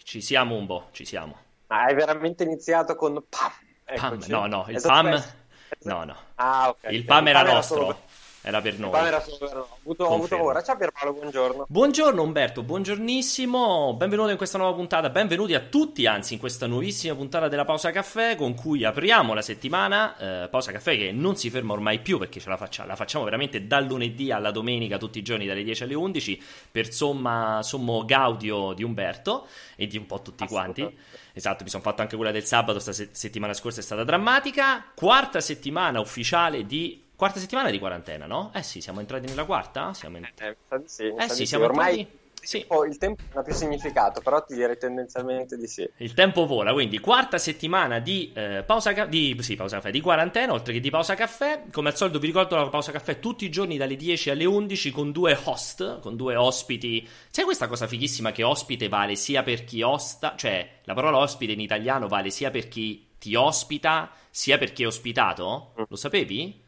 Ci siamo un po', ci siamo. Hai veramente iniziato con pam. Pam, Eccoci. no, no, il Esatto PAM, questo. no, no. Ah, ok, Il ok. PAM Il era PAM era solo per... nostro, era per Il PAM noi. era solo per... Ho avuto Confermo. paura. Ciao Pierpaolo, buongiorno. Buongiorno Umberto, buongiornissimo, benvenuto in questa nuova puntata, benvenuti a tutti, anzi in questa nuovissima puntata della Pausa Caffè con cui apriamo la settimana, Pausa Caffè che non si ferma ormai più perché la facciamo veramente dal lunedì alla domenica tutti i giorni dalle 10 alle 11 per sommo gaudio di Umberto e di un po' tutti quanti. Assolutamente. Esatto, mi sono fatto anche quella del sabato, settimana scorsa è stata drammatica, quarta settimana ufficiale di... Quarta settimana di quarantena, no? Eh sì, siamo entrati nella quarta? Mi sa di sì, mi Eh sa sì, di sì. siamo Ormai entrati... Sì. il tempo non ha più significato, però ti direi tendenzialmente di sì. Il tempo vola, quindi quarta settimana di pausa caffè, di quarantena, oltre che di pausa caffè. Come al solito vi ricordo la pausa caffè tutti i giorni dalle 10 alle 11 con due host, con due ospiti. Sai questa cosa fighissima che ospite vale sia per chi osta, cioè la parola ospite in italiano vale sia per chi ti ospita, sia per chi è ospitato? Mm. Lo sapevi?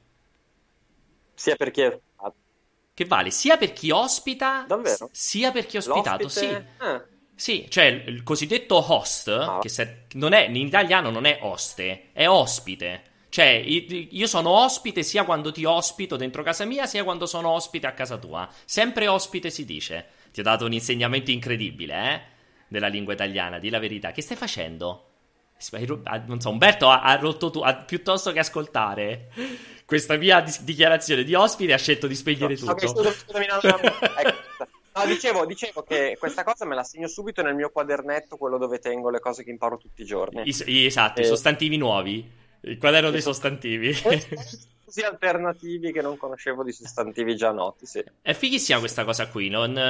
Sia per chi è... Che vale sia per chi ospita, Davvero? sia per chi è ospitato, sì. L'ospite? Ah, Sì, cioè il cosiddetto host, ah, non è, in italiano non è oste, è ospite. Cioè, io sono ospite sia quando ti ospito dentro casa mia, sia quando sono ospite a casa tua. Sempre ospite si dice. Ti ho dato un insegnamento incredibile, della lingua italiana, di la verità. Che stai facendo? Non so, Umberto ha rotto tu, piuttosto che ascoltare questa mia dichiarazione di ospite, ha scelto di spegnere ok, tutto. scusami, no, ecco. No, dicevo che questa cosa me la segno subito nel mio quadernetto, quello dove tengo le cose che imparo tutti i giorni. Esatto, i Eh, sostantivi nuovi. Il quaderno i dei so- sostantivi. Usi alternativi che non conoscevo di sostantivi già noti, sì. È fighissima questa cosa qui,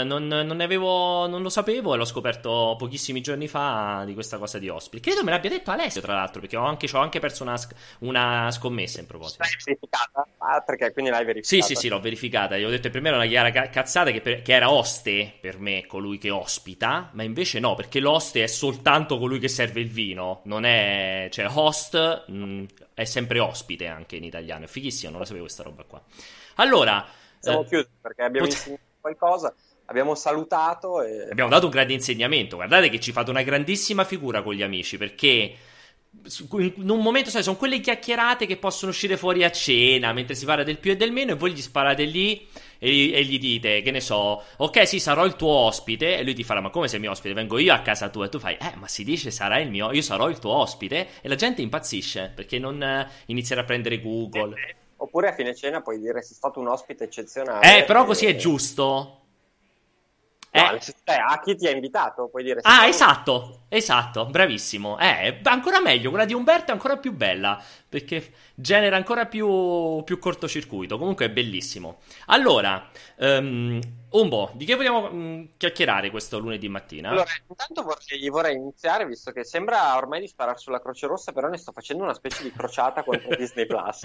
non lo sapevo e l'ho scoperto pochissimi giorni fa di questa cosa di ospiti. Credo me l'abbia detto Alessio, tra l'altro, perché ci ho anche perso una scommessa in proposito. L'hai verificata? Ah, perché quindi l'hai Sì, sì, verificata. sì, l'ho verificata. Io ho detto per me era una chiara cazzata che era oste per me, colui che ospita, ma invece no, perché l'oste è soltanto colui che serve il vino, non è... cioè host è sempre ospite anche in italiano, è fighissimo, non la sapevo questa roba qua. Allora, Siamo eh, chiusi perché abbiamo pot- insegnato qualcosa, abbiamo salutato e abbiamo dato un grande insegnamento, guardate che ci fate una grandissima figura con gli amici, perché in un momento, sai, sono quelle chiacchierate che possono uscire fuori a cena mentre si parla del più e del meno e voi gli sparate lì e gli dite, che ne so, ok sì sarò il tuo ospite e lui ti farà ma come sei mio ospite, vengo io a casa tua e tu fai ma si dice sarai io sarò il tuo ospite e la gente impazzisce perché non inizierà a prendere Google. oppure a fine cena puoi dire sei stato un ospite eccezionale Però così è giusto. no, a chi ti ha invitato puoi dire sei Ah, stato esatto, bravissimo. Ancora meglio, quella di Umberto è ancora più bella, perché genera ancora più cortocircuito. Comunque è bellissimo. Allora, Umbo, di che vogliamo chiacchierare questo lunedì mattina? allora, intanto vorrei iniziare, visto che sembra ormai di sparare sulla Croce Rossa, però ne sto facendo una specie di crociata contro Disney Plus.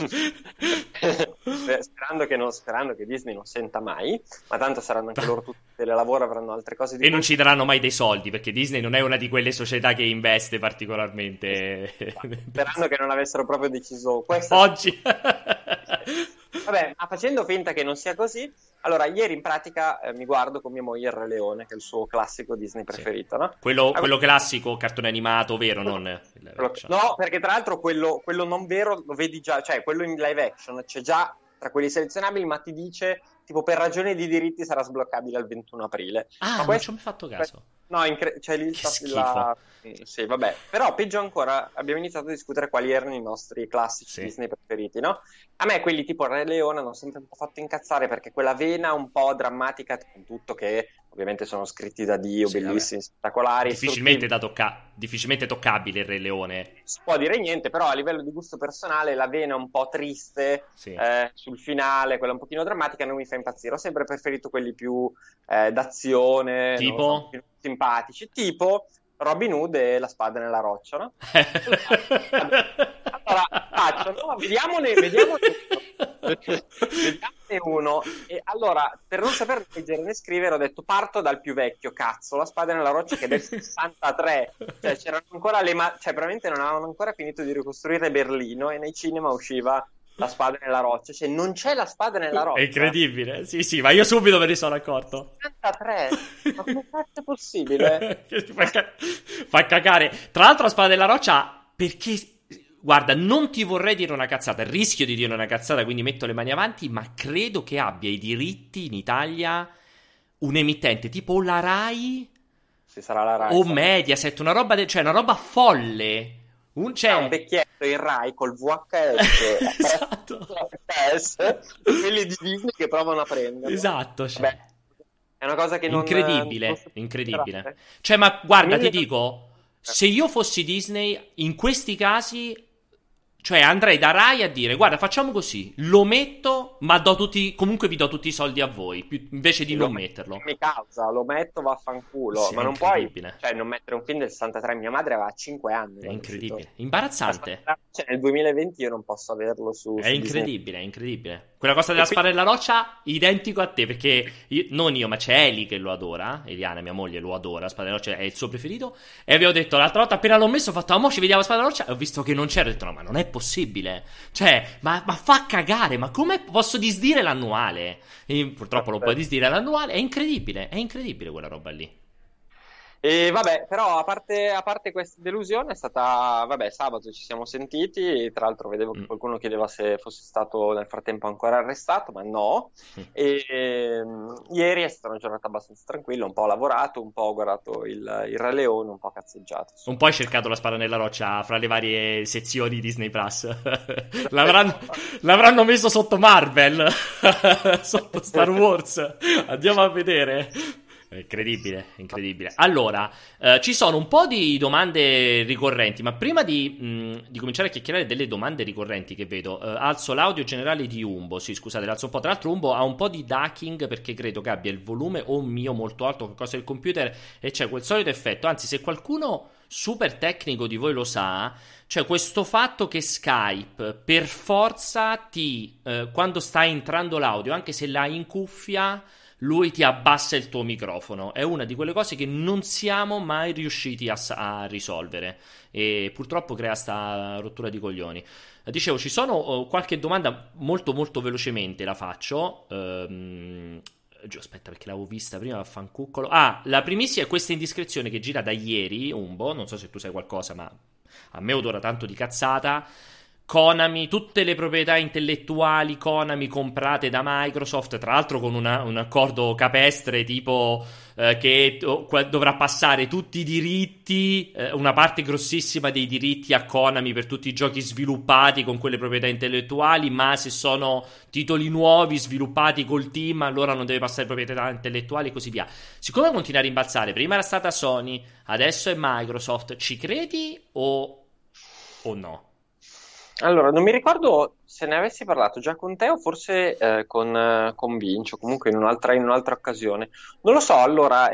Sperando che Disney non senta mai, ma tanto saranno anche loro tutti telelavoro, avranno altre cose di E non cui... ci daranno mai dei soldi, perché Disney non è una di quelle società che investe particolarmente. Sperando che non avessero proprio deciso questa. Oggi. Vabbè, ma facendo finta che non sia così, allora ieri in pratica mi guardo con mia moglie il Re Leone, che è il suo classico Disney Sì. preferito, no? Quello classico, cartone animato, vero, non live action. No, perché tra l'altro quello non vero lo vedi già, cioè quello in live action c'è già tra quelli selezionabili, ma ti dice tipo per ragioni di diritti sarà sbloccabile il 21 aprile. Ah, Ma non ci questo ho mai fatto caso. no, c'è lì Che schifo. sì, vabbè. Però peggio ancora, abbiamo iniziato a discutere quali erano i nostri classici Sì. Disney preferiti, no? A me quelli tipo Re Leone hanno sempre un po' fatto incazzare perché quella vena un po' drammatica, con tutto che ovviamente sono scritti da Dio, Sì, bellissimi, spettacolari, Difficilmente toccabile il Re Leone. non si può dire niente, però a livello di gusto personale la vena un po' triste Sì. sul finale, quella un pochino drammatica, non mi fa impazzire. Ho sempre preferito quelli più d'azione, non lo Tipo? so, più simpatici, tipo Robin Hood e la spada nella roccia, no? Allora, no, vediamone uno. E allora, per non saper leggere né scrivere, ho detto parto dal più vecchio, cazzo, la spada nella roccia che è del 63. Cioè, c'erano ancora cioè, veramente non avevano ancora finito di ricostruire Berlino e nei cinema usciva la spada nella roccia, cioè non c'è la spada nella È roccia. incredibile. Sì, sì, ma io subito me ne sono accorto. 63, ma come cazzo è possibile? Che fa cagare. Tra l'altro, la spada della roccia, perché. Guarda, non ti vorrei dire una cazzata, rischio di dire una cazzata, quindi metto le mani avanti, ma credo che abbia i diritti in Italia un emittente tipo la Rai Ci sarà la Rai, o sarà. Mediaset, una roba, cioè una roba folle. C'è un Cioè, vecchietto in Rai col VHS, esatto, VHS e quelli di Disney che provano a prenderlo. esatto, Vabbè, cioè. è una cosa che non Incredibile, si può incredibile. considerare. Cioè, ma guarda, ti 1000 dico, se io fossi Disney, in questi casi, cioè andrei da Rai a dire, guarda, facciamo così, lo metto, ma do tutti, comunque vi do tutti i soldi a voi, invece di Sì, lo non metto metterlo. in causa, lo metto vaffanculo, Sì, è ma non puoi, incredibile. cioè, non mettere un film del 63. Mia madre aveva 5 anni È quando è uscito. incredibile. Imbarazzante. Cioè, nel 2020 io non posso averlo È su Disney. incredibile, è incredibile. Quella cosa E della quindi spada nella roccia, identico a te, perché non io, ma c'è Eli che lo adora. Eliana, mia moglie, lo adora. Spada nella roccia è il suo preferito. E avevo detto l'altra volta, appena l'ho messo, ho fatto, mo ci vediamo spada nella roccia. E ho visto che non c'era. Ho detto, no, ma non è possibile. Cioè, ma fa cagare. Ma come posso disdire l'annuale? E purtroppo non puoi disdire l'annuale. È incredibile quella roba lì. E vabbè, però a parte questa delusione è stata, vabbè, sabato ci siamo sentiti, tra l'altro vedevo che Mm. qualcuno chiedeva se fosse stato nel frattempo ancora arrestato, ma no. E ieri è stata una giornata abbastanza tranquilla, un po' ho lavorato, un po' ho guardato il Re Leone, un po' cazzeggiato, Un insomma. po' hai cercato la spada nella roccia fra le varie sezioni Disney Plus. l'avranno, l'avranno messo sotto Marvel, sotto Star Wars. Andiamo a vedere. È incredibile, incredibile. Allora, ci sono un po' di domande ricorrenti, ma prima di cominciare a chiacchierare delle domande ricorrenti che vedo, alzo l'audio generale di Umbo. Sì, scusate, l'alzo un po'. Tra l'altro, Umbo ha un po' di ducking perché credo che abbia il volume o mio molto alto, qualcosa del computer, e c'è quel solito effetto. Anzi, se qualcuno super tecnico di voi lo sa, c'è questo fatto che Skype per forza quando sta entrando l'audio, anche se l'hai in cuffia, lui ti abbassa il tuo microfono. È una di quelle cose che non siamo mai riusciti a risolvere e purtroppo crea sta rottura di coglioni. Dicevo, ci sono qualche domanda molto molto velocemente la faccio. Aspetta, perché l'avevo vista prima, vaffancuccolo. Ah, la primissima è questa indiscrezione che gira da ieri, Umbo, non so se tu sai qualcosa, ma a me odora tanto di cazzata. Konami, tutte le proprietà intellettuali Konami comprate da Microsoft, tra l'altro con un accordo capestre tipo che dovrà passare tutti i diritti, una parte grossissima dei diritti a Konami per tutti i giochi sviluppati con quelle proprietà intellettuali, ma se sono titoli nuovi sviluppati col team allora non deve passare proprietà intellettuali e così via. Siccome continua a rimbalzare, prima era stata Sony, adesso è Microsoft, ci credi o no? Allora, non mi ricordo se ne avessi parlato già con te o forse con Vincio, comunque in un'altra occasione. Non lo so, allora,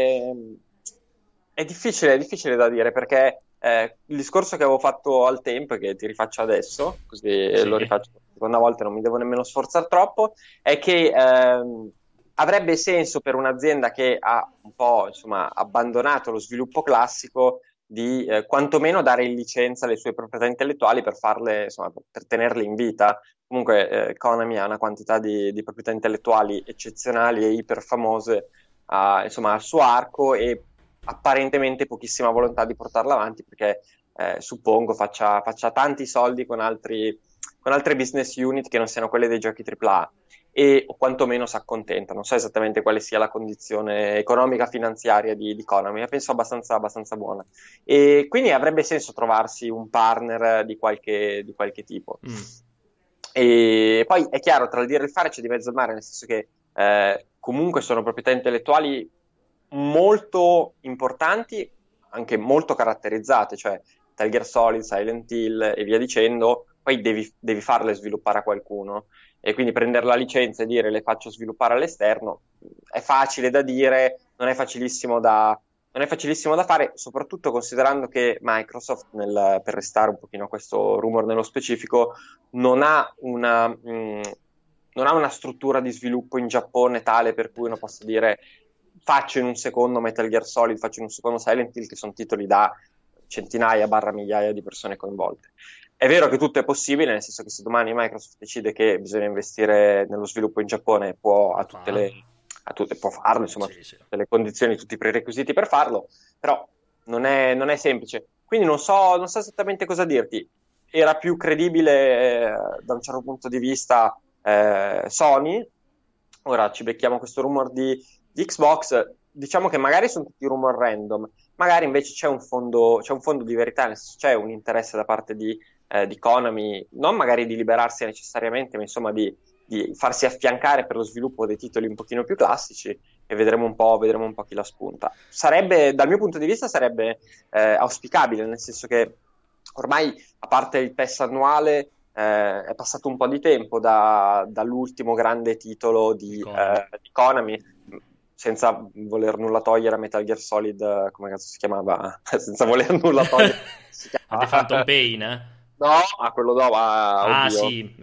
è difficile da dire perché il discorso che avevo fatto al tempo e che ti rifaccio adesso, così lo Sì. rifaccio la seconda volta e non mi devo nemmeno sforzare troppo, è che avrebbe senso per un'azienda che ha un po', insomma, abbandonato lo sviluppo classico di quantomeno dare in licenza le sue proprietà intellettuali per farle, insomma, per tenerle in vita. Comunque, Konami ha una quantità di proprietà intellettuali eccezionali e iper famose, insomma, al suo arco e apparentemente pochissima volontà di portarla avanti perché suppongo faccia tanti soldi con altre business unit che non siano quelle dei giochi AAA e o quantomeno si accontenta. Non so esattamente quale sia la condizione economica finanziaria di Konami, ma penso abbastanza buona. E quindi avrebbe senso trovarsi un partner di qualche tipo. Mm. E poi è chiaro, tra il dire e il fare c'è di mezzo il mare, nel senso che comunque sono proprietà intellettuali molto importanti, anche molto caratterizzate, cioè Metal Gear Solid, Silent Hill e via dicendo, poi devi farle sviluppare a qualcuno e quindi prendere la licenza e dire le faccio sviluppare all'esterno è facile da dire, non è facilissimo da fare, soprattutto considerando che Microsoft, per restare un pochino a questo rumor nello specifico, non ha una struttura di sviluppo in Giappone tale per cui uno possa dire faccio in un secondo Metal Gear Solid, faccio in un secondo Silent Hill, che sono titoli da centinaia barra migliaia di persone coinvolte. È vero che tutto è possibile, nel senso che se domani Microsoft decide che bisogna investire nello sviluppo in Giappone, può, Può farlo. può farlo, insomma, Sì, sì. tutte le condizioni, tutti i prerequisiti per farlo, però non è semplice. Quindi non so esattamente cosa dirti. Era più credibile da un certo punto di vista Sony. Ora ci becchiamo questo rumor di Xbox. Diciamo che magari sono tutti rumor random, magari invece c'è un fondo di verità, nel senso c'è un interesse da parte di Konami, non magari di liberarsi necessariamente, ma insomma di farsi affiancare per lo sviluppo dei titoli un pochino più classici, e vedremo un po' chi la spunta. Sarebbe, dal mio punto di vista, sarebbe auspicabile, nel senso che ormai, a parte il PES annuale, è passato un po' di tempo dall'ultimo grande titolo di Konami, senza voler nulla togliere a Metal Gear Solid, come cazzo si chiamava? Senza voler nulla togliere. Si A The chiamava... Phantom Pain, eh? No, a quello dopo, Ah, oddio. sì.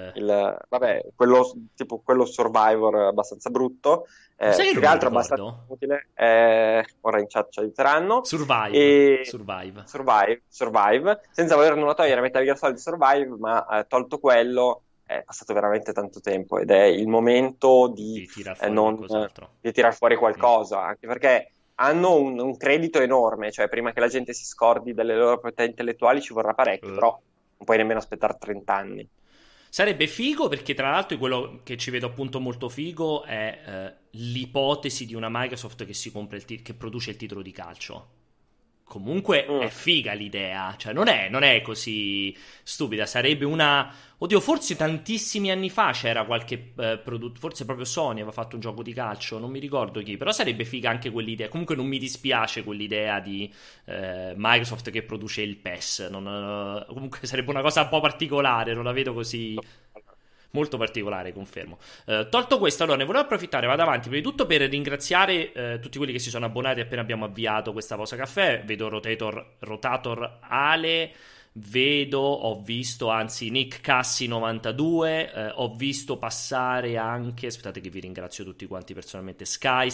Vabbè, quello, tipo quello Survivor abbastanza brutto, Sai che più non che me lo altro abbastanza ricordo? utile, ora in chat ci aiuteranno, Survive. e Survive. Survive, senza voler nulla togliere a Metal Gear Solid Survive, ma tolto quello, è passato veramente tanto tempo, ed è il momento Di tirar fuori non, qualcos'altro. di tirar fuori Mm. qualcosa, anche perché hanno un credito enorme, cioè prima che la gente si scordi delle loro proprietà intellettuali ci vorrà parecchio, Eh. però non puoi nemmeno aspettare 30 anni. Sarebbe figo perché tra l'altro quello che ci vedo appunto molto figo è l'ipotesi di una Microsoft che si compra che produce il titolo di calcio. Comunque è Mm. figa l'idea, cioè non è così stupida, sarebbe una... Oddio, forse tantissimi anni fa c'era qualche prodotto, forse proprio Sony aveva fatto un gioco di calcio, non mi ricordo chi, però sarebbe figa anche quell'idea. Comunque non mi dispiace quell'idea di Microsoft che produce il PES, comunque sarebbe una cosa un po' particolare, non la vedo così... Molto particolare, confermo. Tolto questo, allora ne volevo approfittare, vado avanti. Prima di tutto per ringraziare tutti quelli che si sono abbonati appena abbiamo avviato questa pausa caffè. Vedo Rotator Ale, ho visto anzi Nick Cassi 92, ho visto passare anche, aspettate che vi ringrazio tutti quanti personalmente, Sky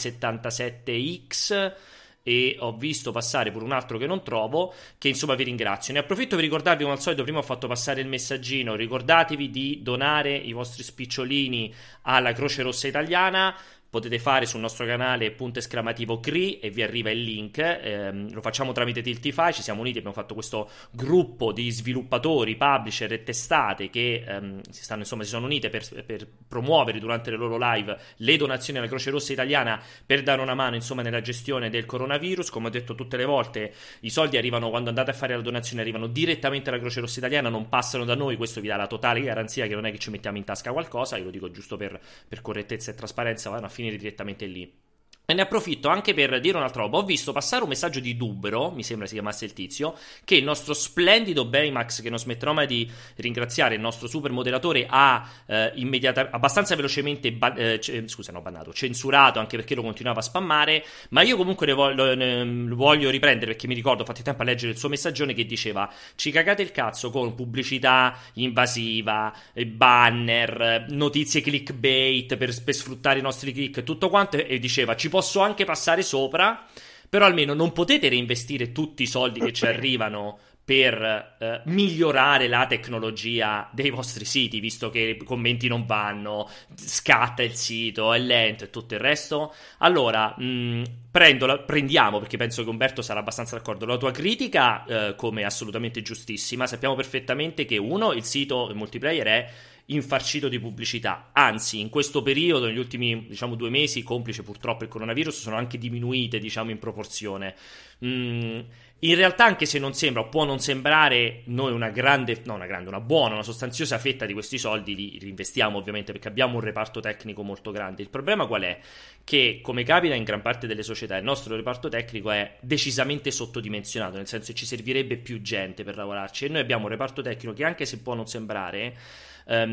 77X. E ho visto passare pure un altro che non trovo, che insomma vi ringrazio. Ne approfitto per ricordarvi, come al solito, prima ho fatto passare il messaggino, ricordatevi di donare i vostri spicciolini alla Croce Rossa Italiana. Potete fare sul nostro canale *CRI e vi arriva il link. Lo facciamo tramite Tiltify, ci siamo uniti, abbiamo fatto questo gruppo di sviluppatori, publisher e testate che si sono unite per promuovere durante le loro live le donazioni alla Croce Rossa Italiana per dare una mano insomma nella gestione del coronavirus. Come ho detto tutte le volte, i soldi arrivano, quando andate a fare la donazione, arrivano direttamente alla Croce Rossa Italiana, non passano da noi. Questo vi dà la totale garanzia che non è che ci mettiamo in tasca qualcosa, io lo dico giusto per correttezza e trasparenza, vanno a finire direttamente lì. E ne approfitto anche per dire un'altra roba. Ho visto passare un messaggio di Dubero, mi sembra si chiamasse il tizio, che il nostro splendido Baymax, che non smetterò mai di ringraziare, il nostro super moderatore, ha abbastanza velocemente censurato, anche perché lo continuava a spammare. Ma io comunque lo voglio riprendere, perché mi ricordo, ho fatto tempo a leggere il suo messaggione che diceva: ci cagate il cazzo con pubblicità invasiva, banner, notizie clickbait per sfruttare i nostri click, tutto quanto, e diceva: ci posso anche passare sopra, però almeno non potete reinvestire tutti i soldi che ci arrivano per migliorare la tecnologia dei vostri siti, visto che i commenti non vanno, scatta il sito, è lento e tutto il resto. Allora, prendiamo, perché penso che Umberto sarà abbastanza d'accordo, la tua critica come assolutamente giustissima. Sappiamo perfettamente che il sito il multiplayer è infarcito di pubblicità, anzi in questo periodo, negli ultimi 2 mesi, complice purtroppo il coronavirus, sono anche diminuite in proporzione. In realtà, anche se non sembra o può non sembrare, noi una buona, una sostanziosa fetta di questi soldi li reinvestiamo, ovviamente, perché abbiamo un reparto tecnico molto grande. Il problema qual è? Che, come capita in gran parte delle società, il nostro reparto tecnico è decisamente sottodimensionato, nel senso che ci servirebbe più gente per lavorarci, e noi abbiamo un reparto tecnico che, anche se può non sembrare,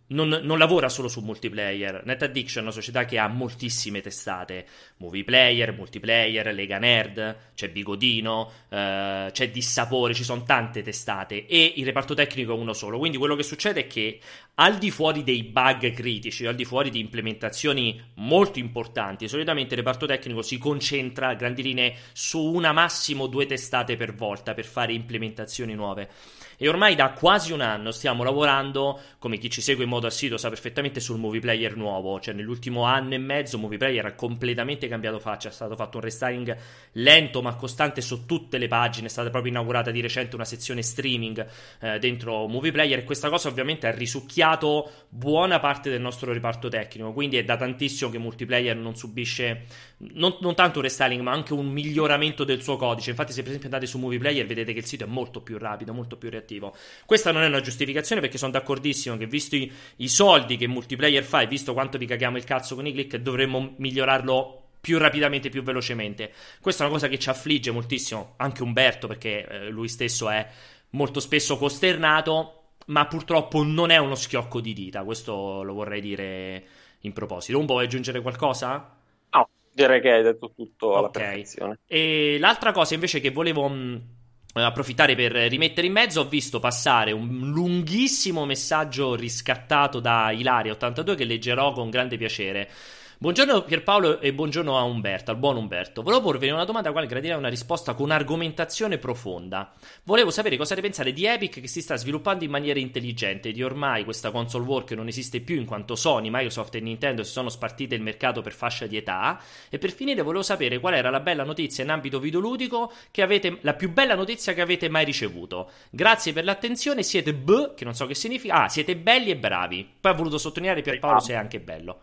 non lavora solo su multiplayer. NetAddiction è una società che ha moltissime testate: Movie Player, Multiplayer, Lega Nerd, c'è Bigodino, c'è Dissapore, ci sono tante testate e il reparto tecnico è uno solo. Quindi quello che succede è che al di fuori dei bug critici, al di fuori di implementazioni molto importanti, solitamente il reparto tecnico si concentra a grandi linee su una, massimo due testate per volta per fare implementazioni nuove. E ormai da quasi un anno stiamo lavorando, come chi ci segue in modo assiduo sa perfettamente, sul Movie Player nuovo. Cioè nell'ultimo anno e mezzo Movie Player ha completamente cambiato faccia, è stato fatto un restyling lento ma costante su tutte le pagine, è stata proprio inaugurata di recente una sezione streaming dentro Movie Player, e questa cosa ovviamente ha risucchiato buona parte del nostro reparto tecnico. Quindi è da tantissimo che Multiplayer non subisce non tanto un restyling ma anche un miglioramento del suo codice. Infatti se per esempio andate su Movie Player vedete che il sito è molto più rapido, molto più reattivo. Questa non è una giustificazione, perché sono d'accordissimo che visto i soldi che Multiplayer fa e visto quanto vi caghiamo il cazzo con i click, dovremmo migliorarlo più rapidamente, più velocemente. Questa è una cosa che ci affligge moltissimo anche Umberto, perché lui stesso è molto spesso costernato, ma purtroppo non è uno schiocco di dita. Questo lo vorrei dire in proposito. Un po' vuoi aggiungere qualcosa? No, direi che hai detto tutto alla Ok. perfezione. E l'altra cosa invece che volevo approfittare per rimettere in mezzo, ho visto passare un lunghissimo messaggio riscattato da Ilaria82 che leggerò con grande piacere. Buongiorno Pierpaolo e buongiorno a Umberto, al buon Umberto. Volevo porvi una domanda a quale gradirei una risposta con argomentazione profonda. Volevo sapere cosa ne pensate di Epic, che si sta sviluppando in maniera intelligente, di ormai questa console war che non esiste più in quanto Sony, Microsoft e Nintendo si sono spartite il mercato per fascia di età. E per finire volevo sapere qual era la bella notizia in ambito videoludico che avete, la più bella notizia che avete mai ricevuto. Grazie per l'attenzione, siete che non so che significa. Siete belli e bravi. Poi ho voluto sottolineare Pierpaolo sei anche bello.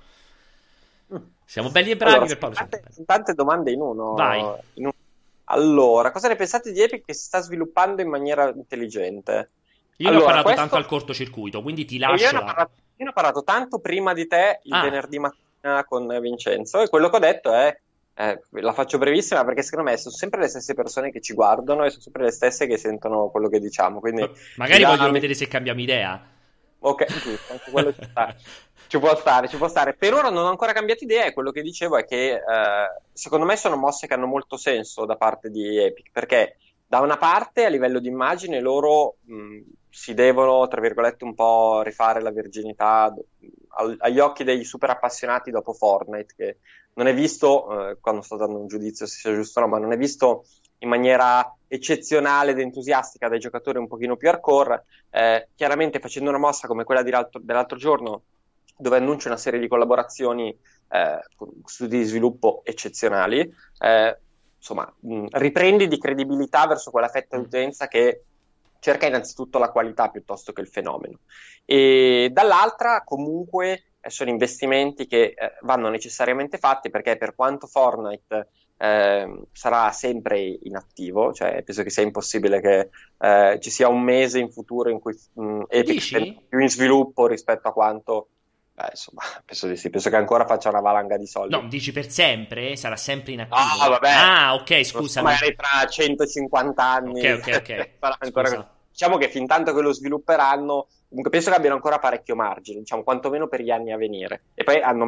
Siamo belli e bravi, Allora, per Paolo. tante domande in uno. Vai. Allora, cosa ne pensate di Epic che si sta sviluppando in maniera intelligente? Io ne ho parlato tanto al cortocircuito, quindi ti lascio. Io ne ho parlato tanto prima di te il venerdì mattina con Vincenzo, e quello che ho detto è, la faccio brevissima perché secondo me sono sempre le stesse persone che ci guardano e sono sempre le stesse che sentono quello che diciamo. Quindi magari vogliono vedere se cambiamo idea. Ok, giusto, anche quello ci sta. Ci può stare. Per ora non ho ancora cambiato idea, e quello che dicevo è che secondo me sono mosse che hanno molto senso da parte di Epic, perché da una parte a livello di immagine loro si devono, tra virgolette, un po' rifare la virginità agli occhi dei super appassionati dopo Fortnite, che non è visto, quando sto dando un giudizio se sia giusto o no, ma non è visto in maniera eccezionale ed entusiastica dai giocatori un pochino più hardcore. Chiaramente facendo una mossa come quella dell'altro giorno, dove annuncia una serie di collaborazioni con studi di sviluppo eccezionali, insomma, riprendi di credibilità verso quella fetta di utenza che cerca innanzitutto la qualità piuttosto che il fenomeno. E dall'altra, comunque, sono investimenti che vanno necessariamente fatti, perché per quanto Fortnite sarà sempre inattivo, cioè penso che sia impossibile che ci sia un mese in futuro in cui Epic sia più in sviluppo rispetto a quanto insomma, penso di sì, penso che ancora faccia una valanga di soldi. No, dici per sempre? Sarà sempre inattivo? Ah, vabbè. Ok, scusami. Magari tra 150 anni. Ok. Sarà ancora... Diciamo che fin tanto che lo svilupperanno, comunque penso che abbiano ancora parecchio margine, diciamo, quantomeno per gli anni a venire. E poi hanno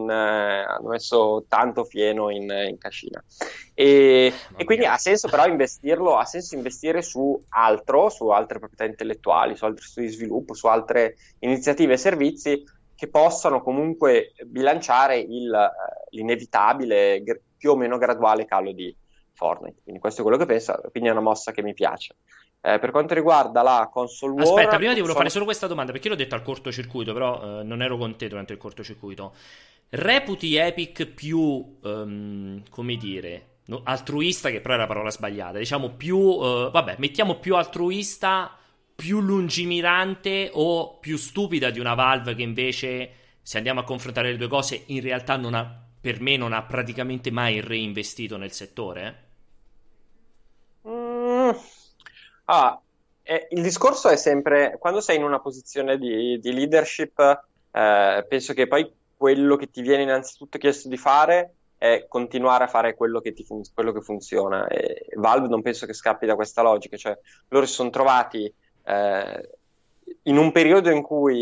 messo tanto fieno in cascina. E quindi ha senso però investire su altro, su altre proprietà intellettuali, su altri studi di sviluppo, su altre iniziative e servizi che possano comunque bilanciare l'inevitabile, più o meno graduale calo di Fortnite. Quindi questo è quello che penso, quindi è una mossa che mi piace. Per quanto riguarda la console war... Aspetta, prima ti volevo fare solo questa domanda, perché l'ho detto al cortocircuito, però non ero con te durante il cortocircuito. Reputi Epic più, come dire, altruista, che però è la parola sbagliata, diciamo più, mettiamo più altruista, più lungimirante o più stupida di una Valve che invece, se andiamo a confrontare le due cose, in realtà per me non ha praticamente mai reinvestito nel settore? Il discorso è sempre, quando sei in una posizione di leadership, penso che poi quello che ti viene innanzitutto chiesto di fare è continuare a fare quello che funziona, e Valve non penso che scappi da questa logica, cioè loro si sono trovati in un periodo in cui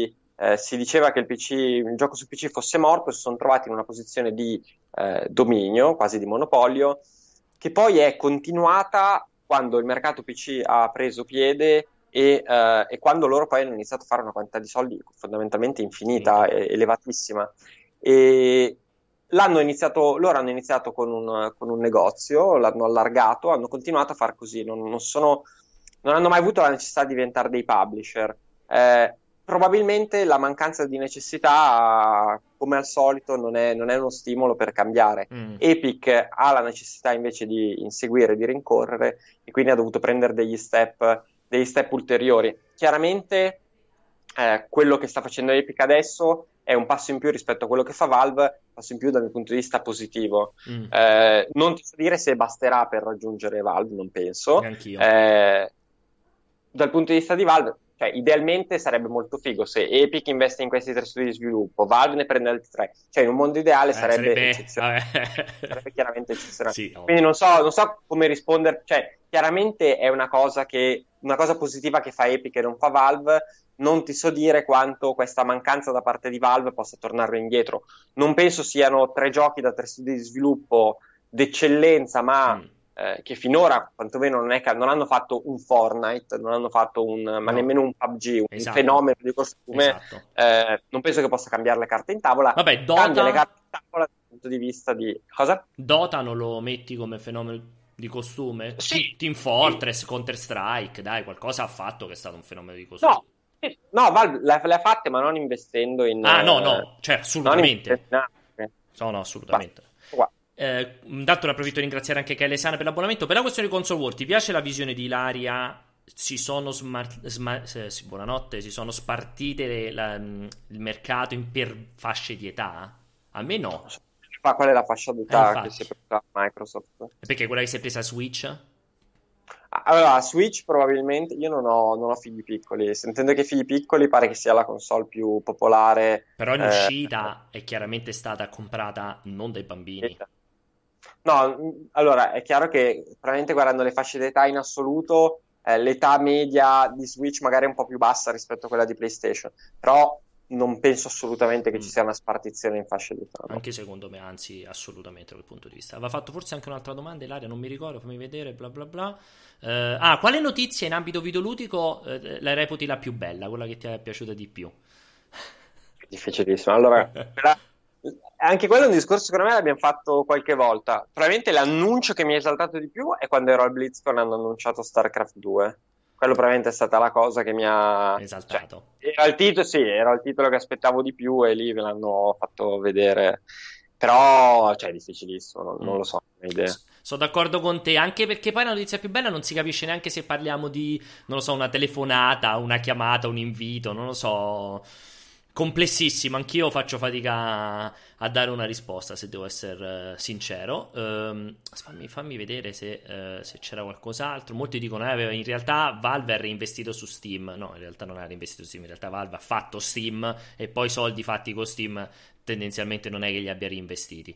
si diceva che il gioco su PC fosse morto, si sono trovati in una posizione di dominio, quasi di monopolio, che poi è continuata quando il mercato PC ha preso piede e quando loro poi hanno iniziato a fare una quantità di soldi fondamentalmente infinita, elevatissima. E loro hanno iniziato con un negozio, l'hanno allargato, hanno continuato a far così, non hanno mai avuto la necessità di diventare dei publisher. Probabilmente la mancanza di necessità, come al solito, non è uno stimolo per cambiare. Epic ha la necessità invece di inseguire, di rincorrere, e quindi ha dovuto prendere degli step ulteriori. Chiaramente quello che sta facendo Epic adesso è un passo in più rispetto a quello che fa Valve, un passo in più dal mio punto di vista positivo. Non ti so dire se basterà per raggiungere Valve, non penso. Neanch'io. Dal punto di vista di Valve, cioè, idealmente sarebbe molto figo se Epic investe in questi 3 studi di sviluppo, Valve ne prende altri 3, cioè in un mondo ideale sarebbe eccezionale. Sarebbe chiaramente eccezionale. Sì, quindi non so come rispondere, cioè chiaramente è una cosa positiva che fa Epic e non fa Valve. Non ti so dire quanto questa mancanza da parte di Valve possa tornare indietro. Non penso siano 3 giochi da 3 studi di sviluppo d'eccellenza, ma che finora quantomeno non hanno fatto un Fortnite, non hanno fatto ma nemmeno un PUBG, un fenomeno di costume. Non penso che possa cambiare le carte in tavola. Vabbè, Dota... cambia le carte in tavola dal punto di vista di cosa? Dota non lo metti come fenomeno di costume? Sì. Team Fortress, sì. Counter Strike, dai, qualcosa ha fatto che è stato un fenomeno di costume. No, Valve le ha fatte, ma non investendo in... no, cioè assolutamente. No, assolutamente. Intanto ne approfitto di ringraziare anche Kyle Sana per l'abbonamento. Per la questione di console war, ti piace la visione di Ilaria? Buonanotte, si sono spartite il mercato per fasce di età? A me no. Qual è la fascia di età che si è presa Microsoft? Perché quella che si è presa Switch? Allora, Switch probabilmente, io non ho figli piccoli, sentendo che figli piccoli pare che sia la console più popolare. Però in uscita è chiaramente stata comprata non dai bambini. No, allora è chiaro che probabilmente guardando le fasce d'età in assoluto, l'età media di Switch magari è un po' più bassa rispetto a quella di PlayStation, però non penso assolutamente che ci sia una spartizione in fasce d'età. No? Anche secondo me, anzi, assolutamente da quel punto di vista. Aveva fatto forse anche un'altra domanda, Ilaria, non mi ricordo, fammi vedere, bla bla bla. Quale notizia in ambito videoludico la reputi la più bella, quella che ti è piaciuta di più? Difficilissimo. Allora, anche quello è un discorso, secondo me, l'abbiamo fatto qualche volta. Probabilmente l'annuncio che mi ha esaltato di più è quando ero al BlizzCon e hanno annunciato StarCraft 2. Quello probabilmente è stata la cosa che mi ha esaltato. Era il titolo che aspettavo di più e lì ve l'hanno fatto vedere. Però, è difficilissimo, non lo so, non ho idea. Sono d'accordo con te, anche perché poi la notizia più bella non si capisce neanche se parliamo di, non lo so, una telefonata, una chiamata, un invito, non lo so. Complessissimo, anch'io faccio fatica a dare una risposta, se devo essere sincero. Fammi vedere se c'era qualcos'altro. Molti dicono in realtà Valve ha reinvestito su Steam. No, in realtà non ha reinvestito su Steam, in realtà Valve ha fatto Steam e poi i soldi fatti con Steam tendenzialmente non è che li abbia reinvestiti.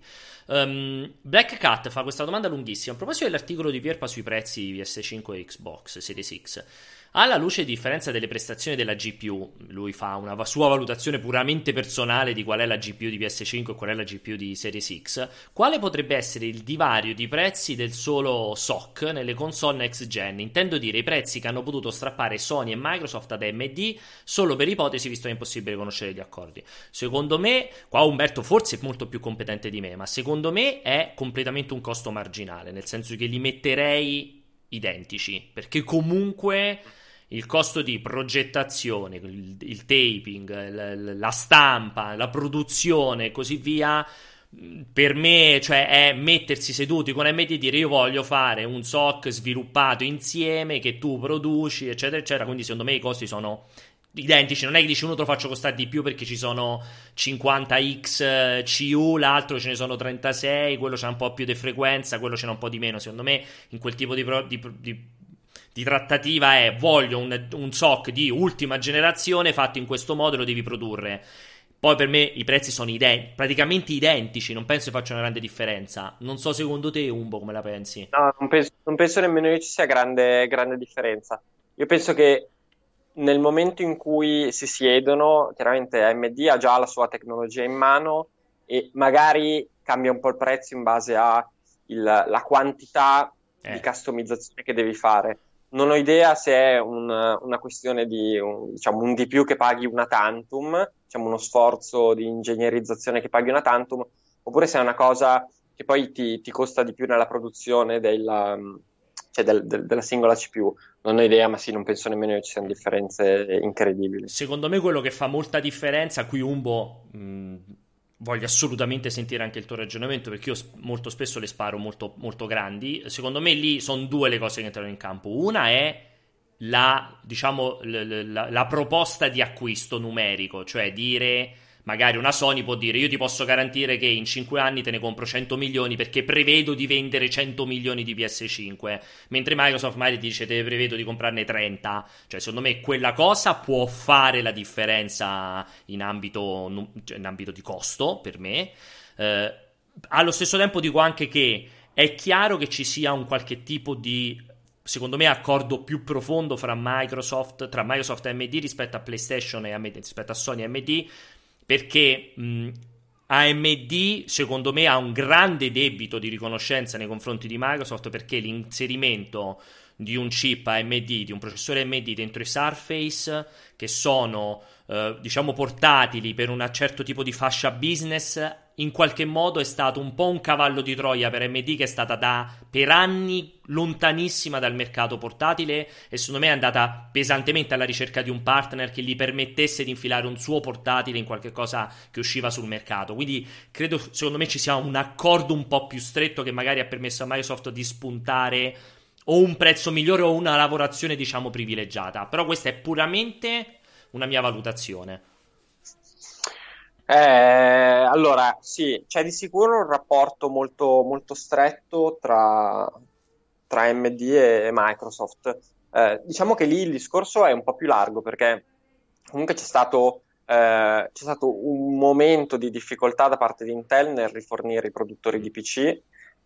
Black Cat fa questa domanda lunghissima a proposito dell'articolo di Pierpa sui prezzi PS5 e Xbox Series X. Alla luce di differenza delle prestazioni della GPU, lui fa una sua valutazione puramente personale di qual è la GPU di PS5 e qual è la GPU di Series X, quale potrebbe essere il divario di prezzi del solo SoC nelle console next gen? Intendo dire i prezzi che hanno potuto strappare Sony e Microsoft ad AMD solo per ipotesi, visto che è impossibile conoscere gli accordi. Secondo me, qua Umberto forse è molto più competente di me, ma secondo me è completamente un costo marginale, nel senso che li metterei identici, perché comunque il costo di progettazione, il taping, la stampa, la produzione e così via, per me, cioè, è mettersi seduti con AMD e dire io voglio fare un SoC sviluppato insieme che tu produci, eccetera eccetera. Quindi secondo me i costi sono identici, non è che dici uno te lo faccio costare di più perché ci sono 50x CU, l'altro ce ne sono 36, quello c'ha un po' più di frequenza, quello ce n'ha un po' di meno. Secondo me in quel tipo di trattativa è voglio un SoC di ultima generazione fatto in questo modo e lo devi produrre. Poi per me i prezzi sono praticamente identici, non penso che faccia una grande differenza. Non so secondo te, Umbo, come la pensi? No, non penso nemmeno che ci sia grande differenza. Io penso che nel momento in cui si siedono, chiaramente AMD ha già la sua tecnologia in mano e magari cambia un po' il prezzo in base la quantità di customizzazione che devi fare. Non ho idea se è una questione di diciamo, un di più che paghi una tantum, diciamo uno sforzo di ingegnerizzazione che paghi una tantum, oppure se è una cosa che poi ti costa di più nella produzione della singola CPU. Non ho idea, ma sì, non penso nemmeno che ci siano differenze incredibili. Secondo me quello che fa molta differenza, qui Umbo, voglio assolutamente sentire anche il tuo ragionamento, perché io molto spesso le sparo molto, molto grandi. Secondo me lì sono due le cose che entrano in campo. Una è diciamo, la proposta di acquisto numerico, cioè dire, magari una Sony può dire io ti posso garantire che in 5 anni te ne compro 100 milioni perché prevedo di vendere 100 milioni di PS5, mentre Microsoft magari ti dice te prevedo di comprarne 30. Cioè secondo me quella cosa può fare la differenza in ambito di costo per me. Allo stesso tempo dico anche che è chiaro che ci sia un qualche tipo di, secondo me, accordo più profondo tra Microsoft e AMD rispetto a PlayStation e AMD, rispetto a Sony e AMD, perché AMD secondo me ha un grande debito di riconoscenza nei confronti di Microsoft, perché l'inserimento di un chip AMD, di un processore AMD dentro i Surface, che sono diciamo portatili per un certo tipo di fascia business, in qualche modo è stato un po' un cavallo di Troia per AMD, che è stata per anni lontanissima dal mercato portatile, e secondo me è andata pesantemente alla ricerca di un partner che gli permettesse di infilare un suo portatile in qualche cosa che usciva sul mercato. Quindi credo, secondo me, ci sia un accordo un po' più stretto che magari ha permesso a Microsoft di spuntare o un prezzo migliore o una lavorazione diciamo privilegiata. Però questa è puramente una mia valutazione. Allora, sì, c'è di sicuro un rapporto molto, molto stretto tra AMD e Microsoft. Diciamo che lì il discorso è un po' più largo, perché comunque c'è stato un momento di difficoltà da parte di Intel nel rifornire i produttori di PC,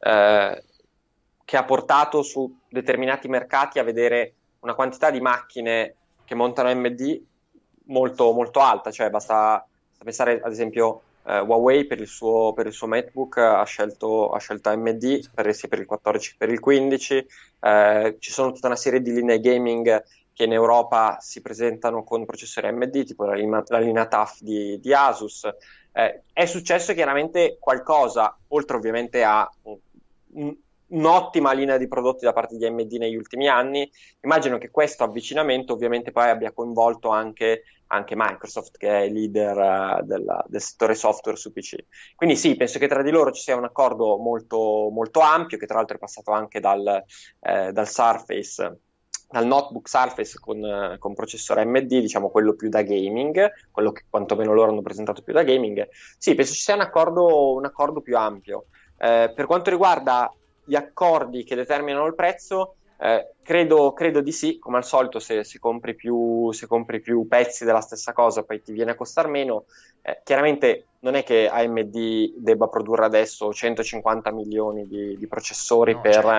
che ha portato su determinati mercati a vedere una quantità di macchine che montano AMD molto, molto alta. Cioè basta pensare ad esempio Huawei per il suo MacBook ha scelto AMD sia per il 14 che per il 15. Ci sono tutta una serie di linee gaming che in Europa si presentano con processori AMD, tipo la linea TUF di Asus. È successo chiaramente qualcosa, oltre ovviamente a un'ottima linea di prodotti da parte di AMD negli ultimi anni. Immagino che questo avvicinamento ovviamente poi abbia coinvolto anche Microsoft, che è il leader del settore software su PC. Quindi sì, penso che tra di loro ci sia un accordo molto, molto ampio, che tra l'altro è passato anche dal Surface, dal notebook Surface con processore AMD, diciamo quello più da gaming, quello che quantomeno loro hanno presentato più da gaming. Sì, penso ci sia un accordo più ampio. Per quanto riguarda gli accordi che determinano il prezzo, credo di sì. Come al solito, se compri più pezzi della stessa cosa poi ti viene a costare meno. Chiaramente non è che AMD debba produrre adesso 150 milioni di processori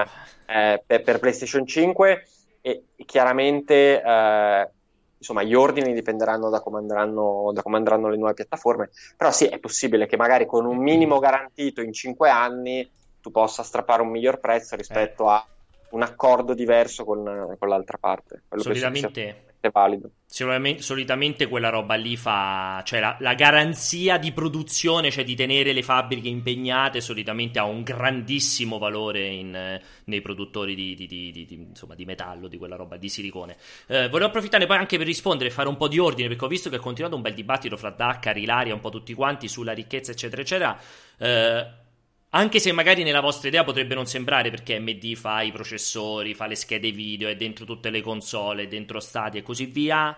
per PlayStation 5, e chiaramente insomma gli ordini dipenderanno da come andranno le nuove piattaforme. Però sì, è possibile che magari con un minimo garantito in 5 anni tu possa strappare un miglior prezzo rispetto a un accordo diverso con l'altra parte. Quello solitamente è valido. Solitamente quella roba lì cioè la garanzia di produzione, cioè di tenere le fabbriche impegnate, solitamente ha un grandissimo valore nei produttori insomma, di metallo, di quella roba, di silicone. Volevo approfittare poi anche per rispondere e fare un po' di ordine, perché ho visto che è continuato un bel dibattito fra Dacca, Ilaria, un po' tutti quanti sulla ricchezza eccetera eccetera. Anche se magari nella vostra idea potrebbe non sembrare, perché AMD fa i processori, fa le schede video, è dentro tutte le console, è dentro Stadia e così via.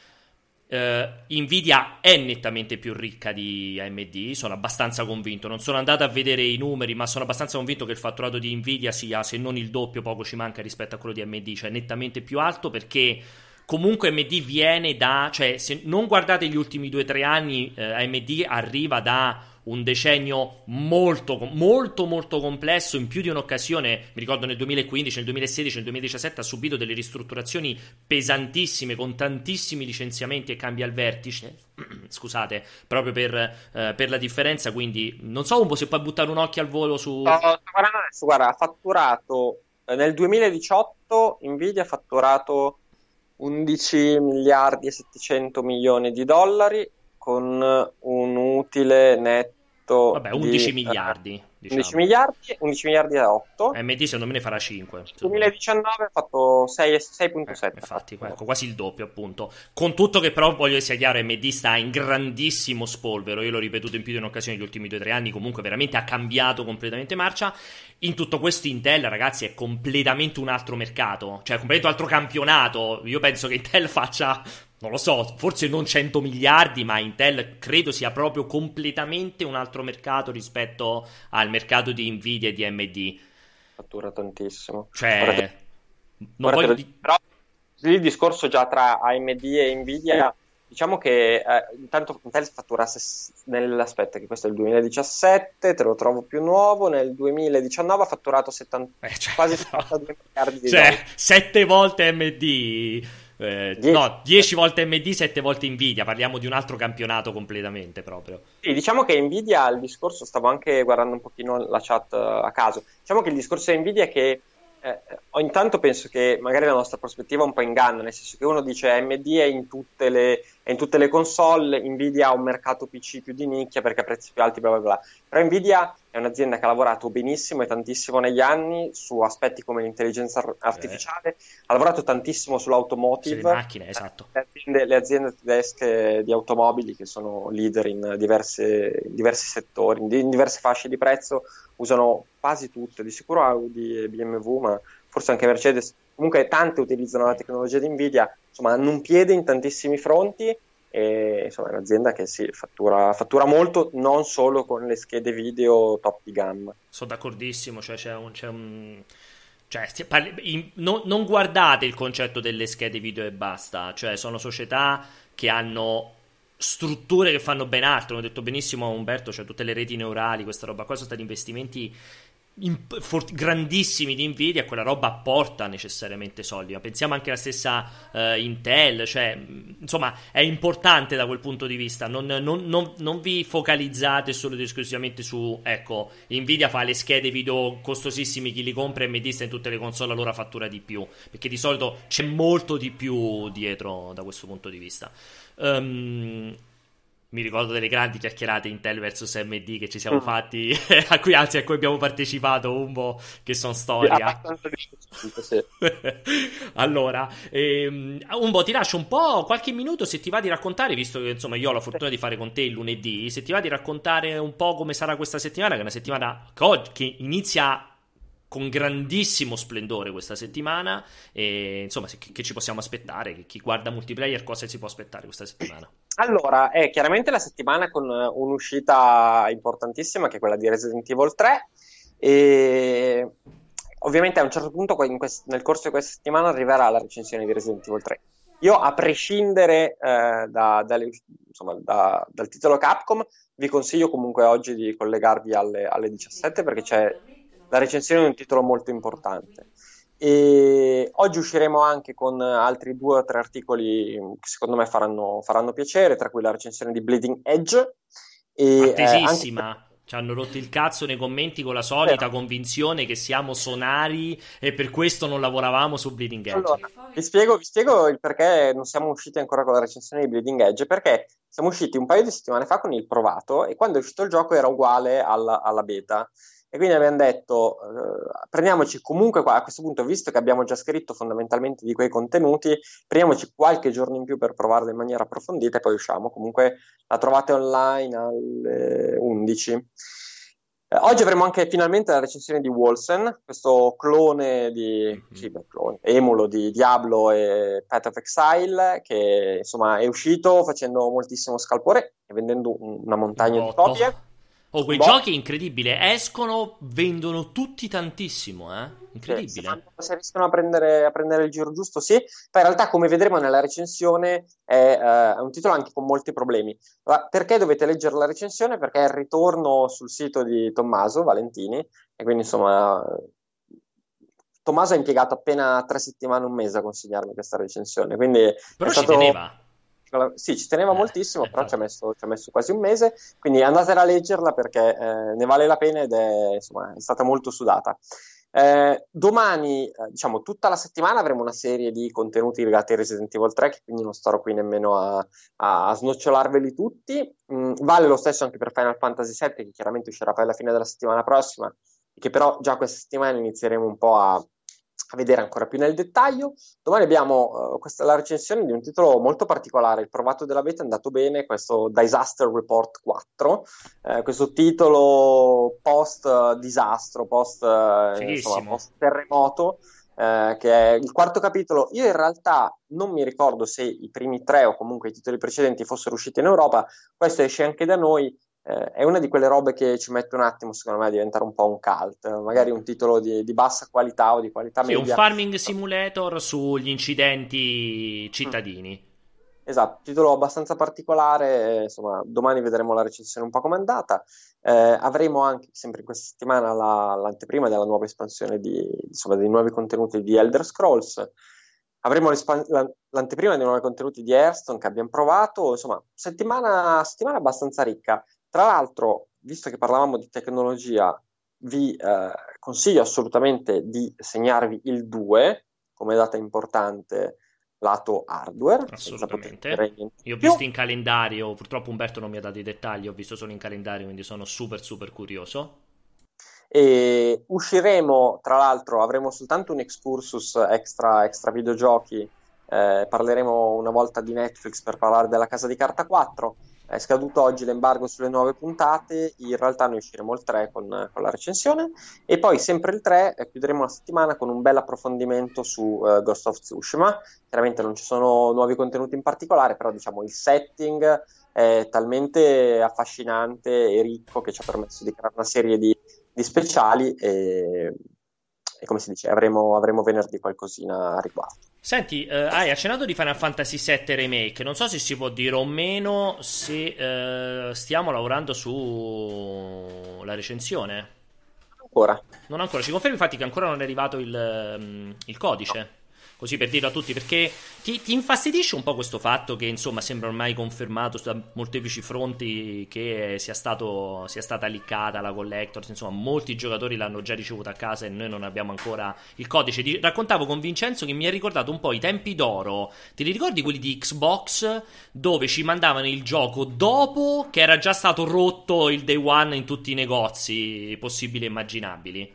Nvidia è nettamente più ricca di AMD, sono abbastanza convinto. Non sono andato a vedere i numeri, ma sono abbastanza convinto che il fatturato di Nvidia sia, se non il doppio, poco ci manca rispetto a quello di AMD, cioè nettamente più alto, perché comunque AMD viene cioè se non guardate gli ultimi 2 o 3 anni, AMD arriva da un decennio molto, molto, molto complesso. In più di un'occasione, mi ricordo nel 2015, nel 2016, nel 2017 ha subito delle ristrutturazioni pesantissime con tantissimi licenziamenti e cambi al vertice. Scusate, proprio per la differenza. Quindi non so un po' se puoi buttare un occhio al volo su... Sto guardando adesso, guarda, ha fatturato nel 2018 Nvidia ha fatturato 11 miliardi e 700 milioni di dollari con un utile netto Vabbè, di 11 miliardi, 11 diciamo. miliardi, 11 miliardi e 8. AMD secondo me ne farà 5. Nel 2019 ha fatto 6,7. Infatti, ecco, quasi il doppio, appunto. Con tutto che però, voglio che sia chiaro, AMD sta in grandissimo spolvero. Io l'ho ripetuto in più di un'occasione negli ultimi 2 o 3 anni. Comunque, veramente ha cambiato completamente marcia. In tutto questo, Intel, ragazzi, è completamente un altro mercato. Cioè, completamente un altro campionato. Io penso che Intel faccia, non lo so, forse non 100 miliardi, ma Intel credo sia proprio completamente un altro mercato rispetto al mercato di Nvidia e di AMD. Fattura tantissimo. Cioè, non Ora te voglio lo dico, però lì il discorso già tra AMD e Nvidia, diciamo che intanto Intel fattura nell'aspetto che questo è il 2017, te lo trovo più nuovo, nel 2019 ha fatturato quasi 72 miliardi di dollari. 7 volte AMD, no, 10 volte AMD, 7 volte Nvidia. Parliamo di un altro campionato completamente proprio. Sì, diciamo che Nvidia, il discorso, stavo anche guardando un pochino la chat a caso, diciamo che il discorso di Nvidia è che ogni tanto penso che magari la nostra prospettiva un po' inganna, nel senso che uno dice AMD è in tutte le console, Nvidia ha un mercato PC più di nicchia perché ha prezzi più alti, bla bla bla. Però Nvidia è un'azienda che ha lavorato benissimo e tantissimo negli anni su aspetti come l'intelligenza artificiale, ha lavorato tantissimo sull'automotive, sulle macchine, esatto. Le aziende tedesche di automobili che sono leader in diversi settori, in diverse fasce di prezzo, usano quasi tutte, di sicuro Audi e BMW, ma forse anche Mercedes. Comunque tante utilizzano la tecnologia di Nvidia, insomma hanno un piede in tantissimi fronti e insomma è un'azienda che sì, fattura molto, non solo con le schede video top di gamma. Sono d'accordissimo, cioè cioè, non guardate il concetto delle schede video e basta, cioè sono società che hanno strutture che fanno ben altro, l'ho detto benissimo Umberto, cioè tutte le reti neurali, questa roba qua sono stati investimenti grandissimi di Nvidia, quella roba apporta necessariamente soldi, ma pensiamo anche alla stessa Intel, cioè insomma è importante da quel punto di vista, non vi focalizzate solo ed esclusivamente su, ecco, Nvidia fa le schede video costosissime, chi li compra e mi sta in tutte le console allora fattura di più, perché di solito c'è molto di più dietro da questo punto di vista. Mi ricordo delle grandi chiacchierate Intel versus AMD che ci siamo fatti, a cui abbiamo partecipato un po', che sono storia. Sì. Allora, Umbo, ti lascio un po', qualche minuto se ti va di raccontare, visto che insomma io ho la fortuna di fare con te il lunedì, se ti va di raccontare un po' come sarà questa settimana, che è una settimana che inizia con grandissimo splendore questa settimana, e insomma che ci possiamo aspettare, chi guarda multiplayer cosa si può aspettare questa settimana? Allora, è chiaramente la settimana con un'uscita importantissima che è quella di Resident Evil 3 e ovviamente a un certo punto nel corso di questa settimana arriverà la recensione di Resident Evil 3. Io a prescindere dal titolo Capcom vi consiglio comunque oggi di collegarvi alle 17 perché c'è la recensione di un titolo molto importante. E oggi usciremo anche con altri 2 o 3 articoli che secondo me faranno piacere, tra cui la recensione di Bleeding Edge e attesissima. Ci hanno rotto il cazzo nei commenti con la solita convinzione che siamo sonari e per questo non lavoravamo su Bleeding Edge. Allora, vi spiego il perché non siamo usciti ancora con la recensione di Bleeding Edge, perché siamo usciti un paio di settimane fa con il provato e quando è uscito il gioco era uguale alla beta. E quindi abbiamo detto, prendiamoci comunque a questo punto, visto che abbiamo già scritto fondamentalmente di quei contenuti, prendiamoci qualche giorno in più per provarlo in maniera approfondita e poi usciamo. Comunque la trovate online alle 11. Oggi avremo anche finalmente la recensione di Wolsen, questo clone emulo di Diablo e Path of Exile, che insomma è uscito facendo moltissimo scalpore e vendendo una montagna di copie. Oh, quei giochi incredibile, escono, vendono tutti tantissimo, incredibile. Se riescono a prendere il giro giusto, sì. Poi in realtà, come vedremo nella recensione, è un titolo anche con molti problemi. Ma perché dovete leggere la recensione? Perché è il ritorno sul sito di Tommaso Valentini, e quindi insomma Tommaso ha impiegato appena 3 settimane, un mese a consegnarmi questa recensione, quindi è Però ci stato... teneva. Sì, ci teneva moltissimo, però Infatti. ci ha messo quasi un mese, quindi andatela a leggerla perché ne vale la pena ed è, insomma, è stata molto sudata. Domani, diciamo, tutta la settimana avremo una serie di contenuti legati a Resident Evil 3, che quindi non starò qui nemmeno a snocciolarveli tutti. Vale lo stesso anche per Final Fantasy VII, che chiaramente uscirà poi alla fine della settimana prossima, e che però già questa settimana inizieremo un po' a vedere ancora più nel dettaglio. Domani abbiamo la recensione di un titolo molto particolare. Il provato della beta è andato bene, questo Disaster Report 4, questo titolo post disastro, insomma, Fighissimo. post terremoto, che è il quarto capitolo. Io in realtà non mi ricordo se i primi tre o comunque i titoli precedenti fossero usciti in Europa. Questo esce anche da noi. È una di quelle robe che ci mette un attimo, secondo me, a diventare un po' un cult. Magari un titolo di bassa qualità o di qualità Sì, un media. farming simulator sugli incidenti Mm. cittadini. Esatto, titolo abbastanza particolare, insomma, domani vedremo la recensione un po' com'è andata. Avremo anche, sempre in questa settimana, l'anteprima della nuova espansione insomma, dei nuovi contenuti di Elder Scrolls. Avremo l'anteprima dei nuovi contenuti di Hearthstone che abbiamo provato, insomma, settimana abbastanza ricca. Tra l'altro, visto che parlavamo di tecnologia, vi consiglio assolutamente di segnarvi il 2 come data importante lato hardware, senza poter dire Assolutamente. niente di Io ho più. visto in calendario, purtroppo Umberto non mi ha dato i dettagli, ho visto solo in calendario, quindi sono super super curioso. E usciremo, tra l'altro, avremo soltanto un excursus extra videogiochi. Parleremo una volta di Netflix per parlare della Casa di Carta 4. È scaduto oggi l'embargo sulle nuove puntate. In realtà noi usciremo il 3 con la recensione. E poi, sempre il 3, chiuderemo la settimana con un bel approfondimento su Ghost of Tsushima. Chiaramente non ci sono nuovi contenuti in particolare, però diciamo il setting è talmente affascinante e ricco che ci ha permesso di creare una serie di speciali e come si dice, avremo venerdì qualcosina a riguardo. Senti, hai accennato di Final Fantasy VII Remake, non so se si può dire o meno se stiamo lavorando sulla recensione. Ancora, Non ancora, ci confermi infatti che ancora non è arrivato il codice? Così per dirlo a tutti, perché ti infastidisce un po' questo fatto che insomma sembra ormai confermato da molteplici fronti che sia stata liccata la Collectors, insomma molti giocatori l'hanno già ricevuta a casa e noi non abbiamo ancora il codice. Raccontavo con Vincenzo che mi ha ricordato un po' i tempi d'oro, te li ricordi quelli di Xbox dove ci mandavano il gioco dopo che era già stato rotto il day one in tutti i negozi possibili e immaginabili?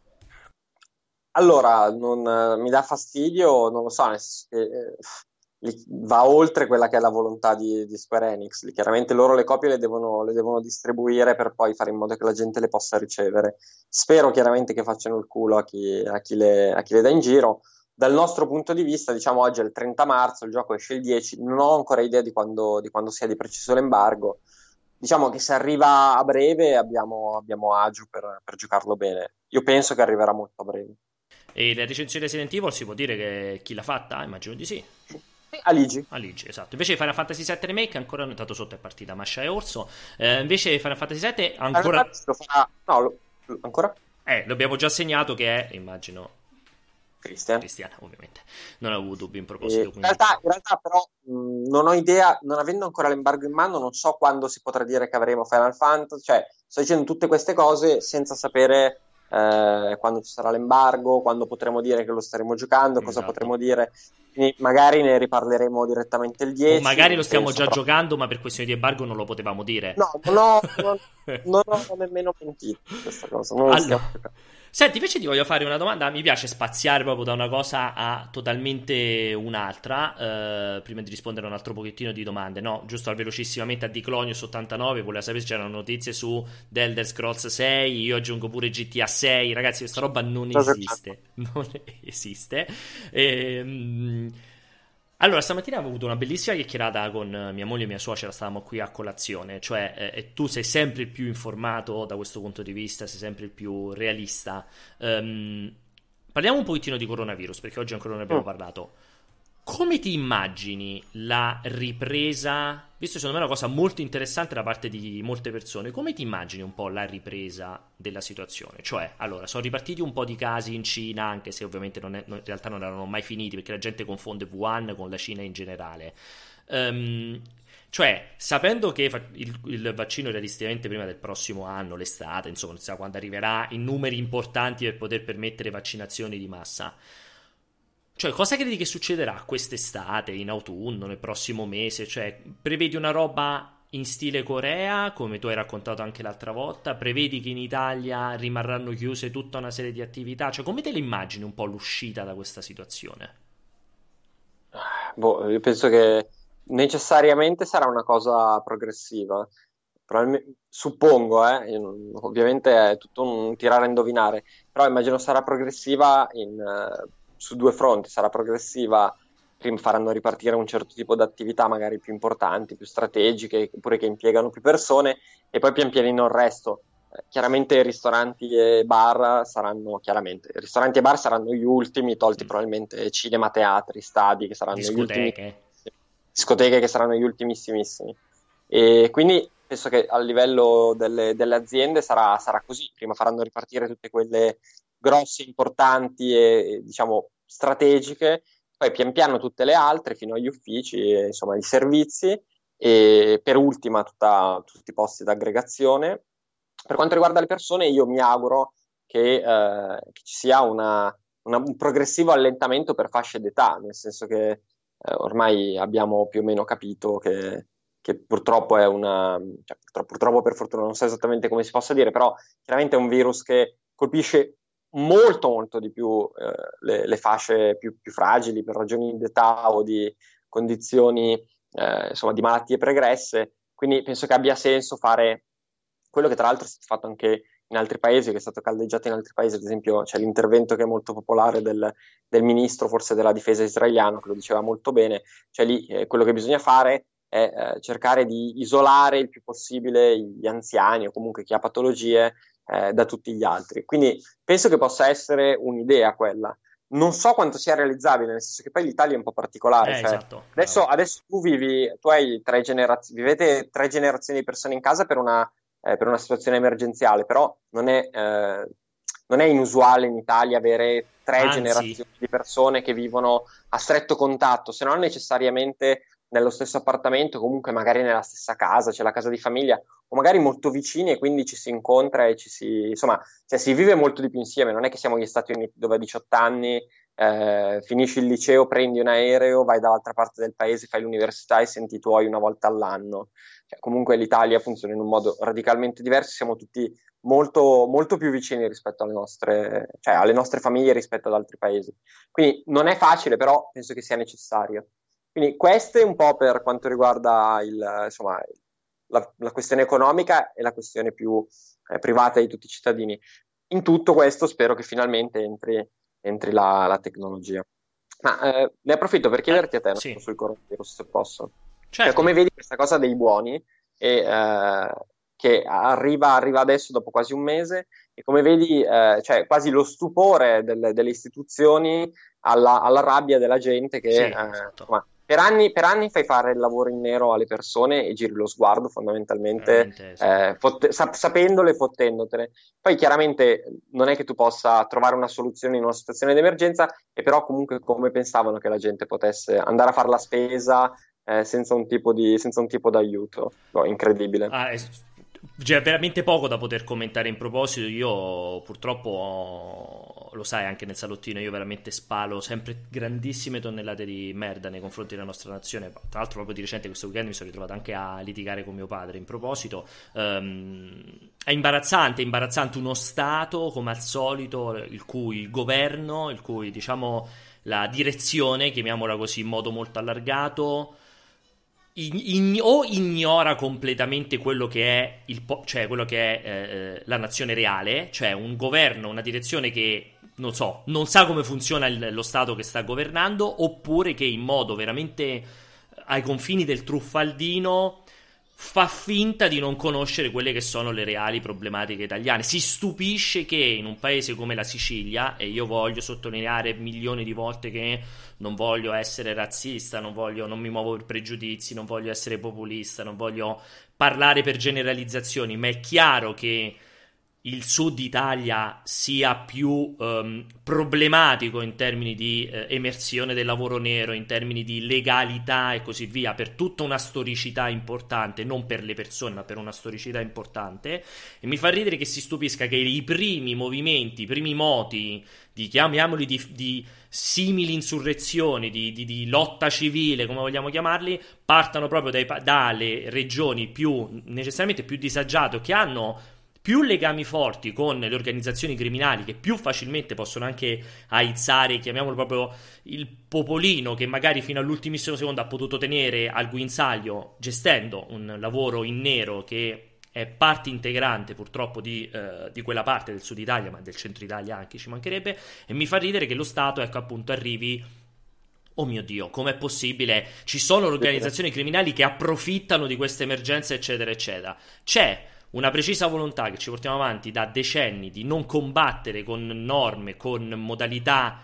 allora mi dà fastidio, non lo so, nel senso che, va oltre quella che è la volontà di Square Enix. Chiaramente loro le copie le devono distribuire per poi fare in modo che la gente le possa ricevere. Spero chiaramente che facciano il culo a chi le dà in giro. Dal nostro punto di vista, diciamo oggi è il 30 marzo, il gioco esce il 10, non ho ancora idea di quando sia di preciso l'embargo. Diciamo che se arriva a breve abbiamo agio per giocarlo bene. Io penso che arriverà molto a breve. E la recensione Resident Evil si può dire che chi l'ha fatta? Immagino di sì. Aligi. Aligi, esatto. Invece Final Fantasy VII Remake ancora non è andato sotto, è partita Masha e Orso. Invece Final Fantasy VII ancora... Lo farà. No, ancora? L'abbiamo già segnato che è, immagino, Christian. Cristiana, ovviamente. Non avevo dubbi in proposito, In quindi... realtà però non ho idea, non avendo ancora l'embargo in mano, non so quando si potrà dire che avremo Final Fantasy, cioè sto dicendo tutte queste cose senza sapere quando ci sarà l'embargo, quando potremo dire che lo staremo giocando, cosa Esatto. potremo dire. Quindi magari ne riparleremo direttamente il O 10, magari lo non stiamo penso, già però. giocando, ma per questioni di embargo non lo potevamo dire. No, non ho nemmeno mentito su questa cosa, non lo Allora, stiamo giocando. senti, invece ti voglio fare una domanda. Mi piace spaziare proprio da una cosa a totalmente un'altra. Prima di rispondere a un altro pochettino di domande, no? Giusto al velocissimamente a Diclonius 89. Voleva sapere se c'erano notizie su The Elder Scrolls 6. Io aggiungo pure GTA 6. Ragazzi, questa roba non Sto giocando. esiste. Non esiste. Ehm. Allora, stamattina avevo avuto una bellissima chiacchierata con mia moglie e mia suocera, stavamo qui a colazione, cioè tu sei sempre il più informato da questo punto di vista, sei sempre il più realista. Parliamo un pochettino di coronavirus, perché oggi ancora non ne abbiamo Mm. parlato. Come ti immagini la ripresa? Visto che secondo me è una cosa molto interessante da parte di molte persone, come ti immagini un po' la ripresa della situazione? Cioè, allora, sono ripartiti un po' di casi in Cina, anche se ovviamente in realtà non erano mai finiti, perché la gente confonde Wuhan con la Cina in generale. Ehm, cioè, sapendo che il vaccino realisticamente prima del prossimo anno, l'estate, insomma, non si sa quando arriverà in numeri importanti per poter permettere vaccinazioni di massa. Cioè, cosa credi che succederà quest'estate, in autunno, nel prossimo mese? Cioè, prevedi una roba in stile Corea, come tu hai raccontato anche l'altra volta? Prevedi che in Italia rimarranno chiuse tutta una serie di attività? Cioè, come te le immagini un po' l'uscita da questa situazione? Boh, io penso che necessariamente sarà una cosa progressiva. Suppongo, ovviamente è tutto un tirare a indovinare, però immagino sarà progressiva su due fronti. Sarà progressiva, prima faranno ripartire un certo tipo di attività, magari più importanti, più strategiche, oppure che impiegano più persone, e poi pian pianino il resto. Chiaramente ristoranti e bar saranno gli ultimi, tolti Mm. probabilmente cinema, teatri, stadi, che saranno gli ultimi, Discoteche? discoteche che saranno gli ultimissimissimi. E quindi penso che a livello delle aziende sarà così. Prima faranno ripartire tutte quelle grosse, importanti e diciamo strategiche, poi pian piano tutte le altre fino agli uffici, e, insomma, i servizi, e per ultima tutti i posti d'aggregazione. Per quanto riguarda le persone, io mi auguro che ci sia un progressivo allentamento per fasce d'età, nel senso che ormai abbiamo più o meno capito che purtroppo purtroppo per fortuna non so esattamente come si possa dire, però chiaramente è un virus che colpisce molto molto di più le fasce più fragili per ragioni di età o di condizioni, insomma, di malattie pregresse. Quindi penso che abbia senso fare quello che tra l'altro è stato fatto anche in altri paesi, che è stato caldeggiato in altri paesi. Ad esempio c'è l'intervento che è molto popolare del ministro, forse della difesa israeliano, che lo diceva molto bene. Cioè lì quello che bisogna fare è cercare di isolare il più possibile gli anziani o comunque chi ha patologie da tutti gli altri. Quindi penso che possa essere un'idea quella. Non so quanto sia realizzabile, nel senso che poi l'Italia è un po' particolare, cioè Esatto, bravo. adesso tu hai vivete 3 generazioni di persone in casa per una situazione emergenziale, però non è inusuale in Italia avere tre Anzi, generazioni di persone che vivono a stretto contatto, se non necessariamente nello stesso appartamento, comunque magari nella stessa casa, c'è la casa di famiglia, o magari molto vicini, e quindi ci si incontra e insomma, cioè, si vive molto di più insieme. Non è che siamo gli Stati Uniti dove a 18 anni finisci il liceo, prendi un aereo, vai dall'altra parte del paese, fai l'università e senti i tuoi una volta all'anno. Cioè, comunque l'Italia funziona in un modo radicalmente diverso, siamo tutti molto, molto più vicini rispetto cioè alle nostre famiglie rispetto ad altri paesi. Quindi non è facile, però penso che sia necessario. Quindi queste un po' per quanto riguarda insomma, la questione economica e la questione più privata di tutti i cittadini. In tutto questo spero che finalmente entri la tecnologia. Ma ne approfitto per chiederti a te, no, sì, sul coronavirus, se posso. Cioè, certo. come vedi questa cosa dei buoni, che arriva adesso dopo quasi un mese, e come vedi, cioè, quasi lo stupore delle istituzioni alla rabbia della gente che, Sì, esatto. insomma, per anni fai fare il lavoro in nero alle persone e giri lo sguardo fondamentalmente, Veramente sì. sapendole e fottendotene. Poi chiaramente non è che tu possa trovare una soluzione in una situazione di emergenza, e però comunque come pensavano che la gente potesse andare a fare la spesa senza un tipo d'aiuto? Boh, incredibile. C'è veramente poco da poter commentare in proposito. Io purtroppo, lo sai, anche nel salottino io veramente spalo sempre grandissime tonnellate di merda nei confronti della nostra nazione. Tra l'altro proprio di recente questo weekend mi sono ritrovato anche a litigare con mio padre in proposito. È imbarazzante uno Stato come al solito, il cui governo, il cui diciamo la direzione, chiamiamola così in modo molto allargato, o ignora completamente quello che è cioè quello che è la nazione reale, cioè un governo, una direzione che non so, non sa come funziona lo Stato che sta governando, oppure che in modo veramente ai confini del truffaldino fa finta di non conoscere quelle che sono le reali problematiche italiane. Si stupisce che in un paese come la Sicilia, e io voglio sottolineare milioni di volte che non voglio essere razzista, non mi muovo per pregiudizi, non voglio essere populista, non voglio parlare per generalizzazioni, ma è chiaro che il sud Italia sia più problematico in termini di emersione del lavoro nero, in termini di legalità e così via, per tutta una storicità importante, non per le persone, ma per una storicità importante. E mi fa ridere che si stupisca che i primi movimenti, i primi moti, chiamiamoli di simili insurrezioni, di lotta civile, come vogliamo chiamarli, partano proprio dalle regioni più necessariamente più disagiate, che hanno più legami forti con le organizzazioni criminali, che più facilmente possono anche aizzare, chiamiamolo proprio il popolino, che magari fino all'ultimissimo secondo ha potuto tenere al guinzaglio, gestendo un lavoro in nero che è parte integrante purtroppo di quella parte del sud Italia, ma del centro Italia anche, ci mancherebbe. E mi fa ridere che lo Stato, ecco, appunto, arrivi. Oh mio Dio, com'è possibile? Ci sono organizzazioni criminali che approfittano di queste emergenze, eccetera, eccetera. C'è una precisa volontà che ci portiamo avanti da decenni di non combattere con norme, con modalità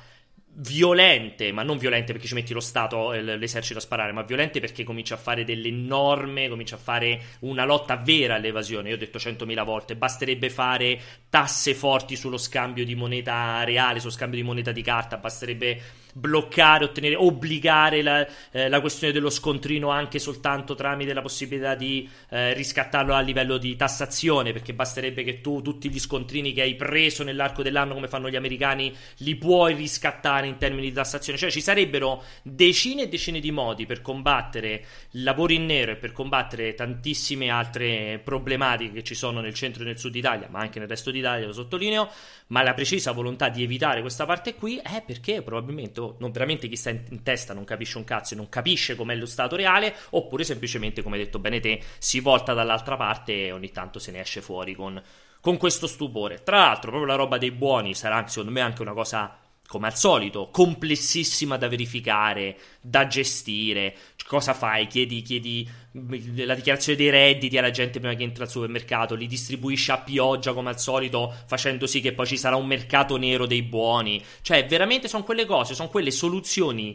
violente, ma non violente perché ci metti lo Stato e l'esercito a sparare, ma violente perché comincia a fare delle norme, comincia a fare una lotta vera all'evasione. Io ho detto 100.000 volte, basterebbe fare tasse forti sullo scambio di moneta reale, sullo scambio di moneta di carta, basterebbe bloccare, ottenere, obbligare la questione dello scontrino anche soltanto tramite la possibilità di riscattarlo a livello di tassazione, perché basterebbe che tu tutti gli scontrini che hai preso nell'arco dell'anno, come fanno gli americani, li puoi riscattare in termini di tassazione. Cioè ci sarebbero decine e decine di modi per combattere il lavoro in nero e per combattere tantissime altre problematiche che ci sono nel centro e nel sud Italia, ma anche nel resto d'Italia, lo sottolineo. Ma la precisa volontà di evitare questa parte qui è perché probabilmente non veramente chi sta in testa non capisce un cazzo e non capisce com'è lo stato reale, oppure semplicemente, come hai detto bene te, si volta dall'altra parte e ogni tanto se ne esce fuori con questo stupore. Tra l'altro proprio la roba dei buoni sarà secondo me anche una cosa, come al solito, complessissima da verificare, da gestire. Cosa fai? Chiedi la dichiarazione dei redditi alla gente prima che entra al supermercato, li distribuisci a pioggia come al solito, facendo sì che poi ci sarà un mercato nero dei buoni. Cioè, veramente sono quelle cose, sono quelle soluzioni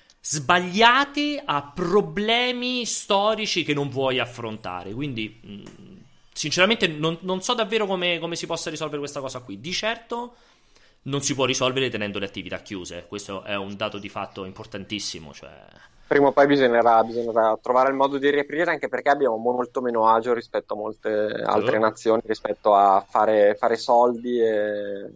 sbagliate a problemi storici che non vuoi affrontare. Quindi, sinceramente, non so davvero come si possa risolvere questa cosa qui. Di certo non si può risolvere tenendo le attività chiuse. Questo è un dato di fatto importantissimo. Cioè, prima o poi bisognerà trovare il modo di riaprire, anche perché abbiamo molto meno agio rispetto a molte altre nazioni, rispetto a fare soldi e...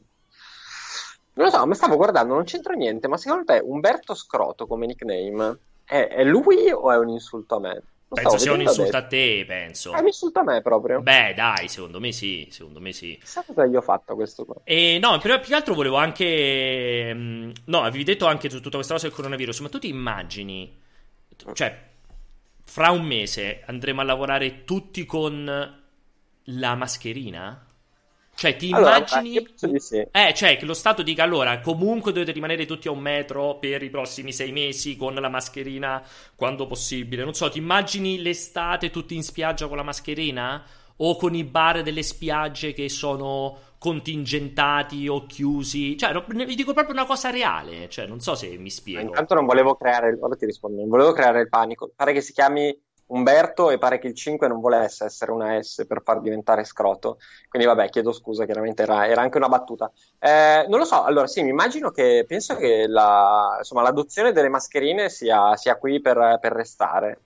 Non lo so, mi stavo guardando, non c'entra niente, ma secondo te Umberto Scroto come nickname è lui o è un insulto a me? penso sia un insulto a te, penso. È un insulto a me proprio. Beh, dai, secondo me sì. Chissà cosa io ho fatto a questo qua. E no, però più che altro volevo anche... No, avevi detto anche su tutta questa cosa del coronavirus, ma tu ti immagini... Cioè, fra un mese andremo a lavorare tutti con la mascherina? Cioè, ti immagini... Io penso di sì. Cioè, che lo Stato dica allora, comunque dovete rimanere tutti a 1 metro per i prossimi 6 mesi con la mascherina quando possibile. Non so, ti immagini l'estate tutti in spiaggia con la mascherina? O con i bar delle spiagge che sono contingentati o chiusi? Cioè, vi dico proprio una cosa reale. Cioè, non so se mi spiego. Intanto non volevo creare, ora ti rispondo, non volevo creare il panico. Pare che si chiami Umberto e pare che il 5 non volesse essere una S per far diventare Scroto. Quindi vabbè, chiedo scusa, chiaramente era anche una battuta. Non lo so, allora sì, mi immagino che, penso che l'adozione delle mascherine sia qui per restare.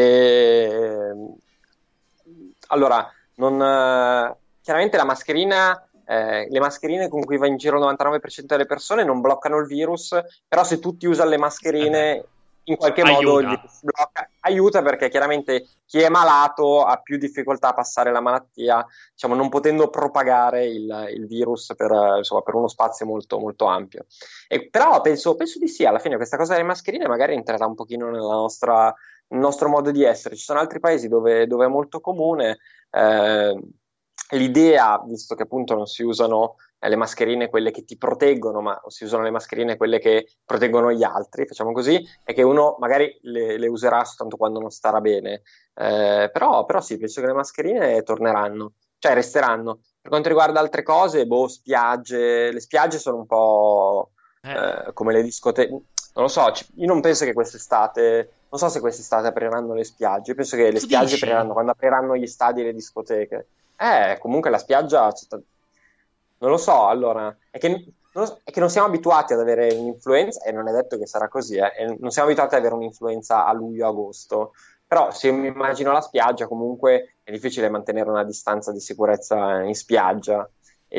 Allora, chiaramente la mascherina, le mascherine con cui va in giro il 99% delle persone non bloccano il virus, però se tutti usano le mascherine in qualche modo il virus blocca, aiuta, perché chiaramente chi è malato ha più difficoltà a passare la malattia, diciamo, non potendo propagare il virus per uno spazio molto, molto ampio. Però penso di sì, alla fine questa cosa delle mascherine magari entrerà un pochino il nostro modo di essere. Ci sono altri paesi dove è molto comune. eh, L'idea, visto che appunto non si usano le mascherine quelle che ti proteggono, ma si usano le mascherine quelle che proteggono gli altri, facciamo così, è che uno magari le userà soltanto quando non starà bene. Però sì, penso che le mascherine torneranno, cioè resteranno. Per quanto riguarda altre cose, boh, spiagge, le spiagge sono un po' Eh, come le discoteche. Non lo so, io non penso che quest'estate, non so se quest'estate apriranno le spiagge, io penso che le tu spiagge dici? apriranno quando apriranno gli stadi e le discoteche. Comunque la spiaggia, non lo so, allora, è che non siamo abituati ad avere un'influenza, e non è detto che sarà così, e non siamo abituati ad avere un'influenza a luglio-agosto, però se io mi immagino la spiaggia, comunque è difficile mantenere una distanza di sicurezza in spiaggia,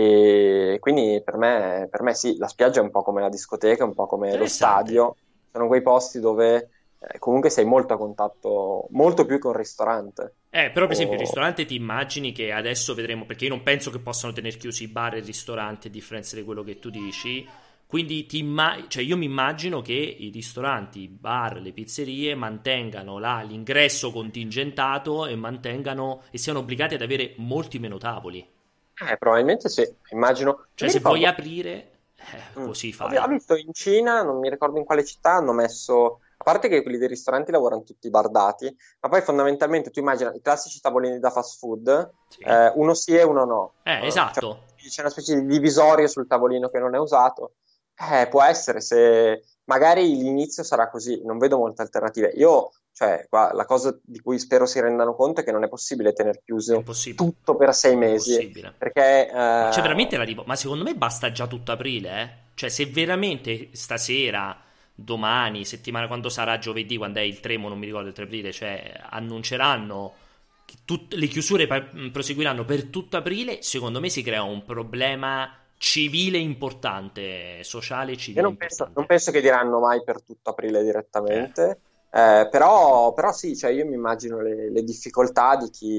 e quindi per me sì, la spiaggia è un po' come la discoteca, un po' come lo Interessante. stadio, sono quei posti dove comunque sei molto a contatto, molto più che un ristorante. Però per esempio il O- ristorante ti immagini che adesso vedremo, perché io non penso che possano tenere chiusi i bar e i ristoranti a differenza di quello che tu dici, quindi cioè io mi immagino che i ristoranti, i bar, le pizzerie mantengano l'ingresso contingentato e mantengano e siano obbligati ad avere molti meno tavoli. Probabilmente sì, immagino. Non Cioè mi se vuoi ricordo. aprire, Mm. così Ho fai. visto in Cina, non mi ricordo in quale città, hanno messo, a parte che quelli dei ristoranti lavorano tutti bardati, ma poi fondamentalmente tu immagina i classici tavolini da fast food, Sì. uno sì e uno no. Cioè, Esatto. c'è una specie di divisorio sul tavolino che non è usato. Può essere se magari l'inizio sarà così, non vedo molte alternative. Io, cioè, qua, la cosa di cui spero si rendano conto è che non è possibile tenere È chiuso impossibile. tutto per 6 mesi, Impossibile. perché Ma c'è veramente ma secondo me basta già tutto aprile, eh? Cioè, se veramente stasera, domani, settimana, quando sarà giovedì, quando è il 3, non mi ricordo il 3 aprile, cioè annunceranno che le chiusure proseguiranno per tutto aprile, secondo me si crea un problema civile importante, sociale e Io civile non importante. penso che diranno mai per tutto aprile Eh, direttamente, però sì, cioè io mi immagino le difficoltà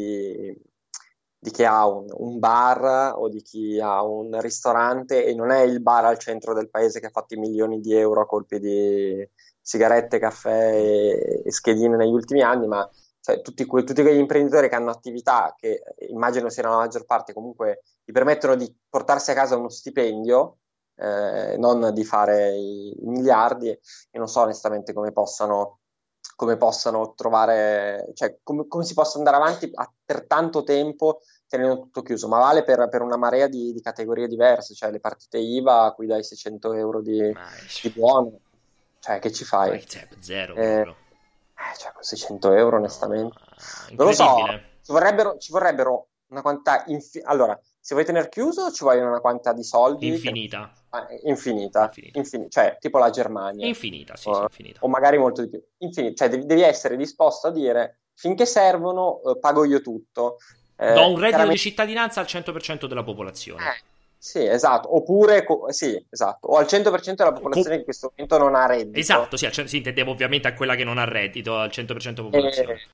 di chi ha un bar o di chi ha un ristorante e non è il bar al centro del paese che ha fatto i milioni di euro a colpi di sigarette, caffè e schedine negli ultimi anni, ma cioè, tutti quegli imprenditori che hanno attività che immagino siano la maggior parte comunque gli permettono di portarsi a casa uno stipendio, non di fare i miliardi. Io non so onestamente come possano trovare, cioè come si possa andare avanti per tanto tempo tenendo tutto chiuso, ma vale per una marea di categorie diverse, cioè le partite IVA a cui dai 600 euro ma di buono, cioè che ci fai? cioè, zero Eh, proprio. cioè, con 600 euro No, onestamente. Non lo so, incredibile. ci vorrebbero una quantità, allora, se vuoi tenere chiuso ci vogliono una quantità di soldi che Infinita. infinita, Infinita. cioè tipo la Germania, Infinita, sì, sì, o, infinita. o magari molto di più. Cioè devi essere disposto a dire finché servono, pago io tutto. Do un reddito di Chiaramente, cittadinanza al 100% della popolazione. sì, esatto, oppure, sì, esatto, o al 100% della popolazione che in questo momento non ha reddito. Esatto, sì, sì, intendevo ovviamente a quella che non ha reddito, al 100% Eh, popolazione.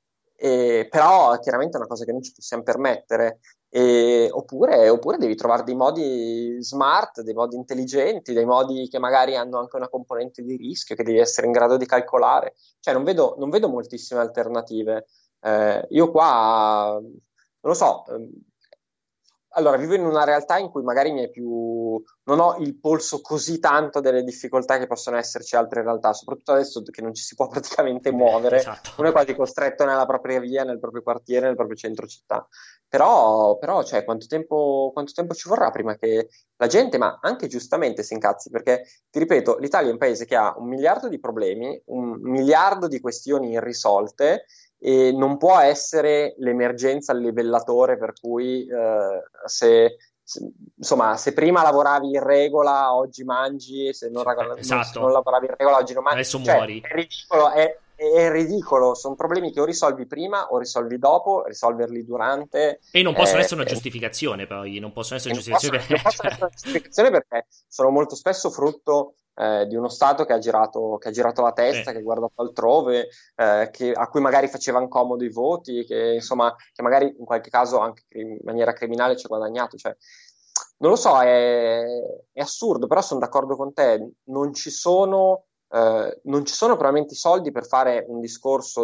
però chiaramente è una cosa che non ci possiamo permettere. Oppure devi trovare dei modi smart, dei modi intelligenti, dei modi che magari hanno anche una componente di rischio che devi essere in grado di calcolare. Cioè, non vedo moltissime alternative. Io qua, non lo so, allora vivo in una realtà in cui magari non ho il polso così tanto delle difficoltà che possono esserci altre realtà, soprattutto adesso che non ci si può praticamente Beh, muovere, esatto. uno è quasi costretto nella propria via, nel proprio quartiere, nel proprio centro città. Però cioè, quanto tempo ci vorrà prima che la gente, ma anche giustamente, si incazzi? Perché, ti ripeto, l'Italia è un paese che ha 1 miliardo di problemi, 1 miliardo di questioni irrisolte e non può essere l'emergenza il livellatore per cui insomma, se prima lavoravi in regola, oggi mangi, se non Esatto. lavoravi in regola, oggi non mangi. Adesso Cioè, muori. è ridicolo, è ridicolo, sono problemi che o risolvi prima o risolvi dopo, risolverli durante. E non possono essere una giustificazione, poi. Non possono essere E non giustificazioni possono, non per... possono cioè, essere una giustificazione perché sono molto spesso frutto di uno Stato che ha girato la sì. testa, che ha guardato altrove, a cui magari facevano comodo i voti, che insomma, che magari in qualche caso anche in maniera criminale ci ha guadagnato. Cioè, non lo so, è assurdo, però sono d'accordo con te. Non ci sono. non ci sono probabilmente i soldi per fare un discorso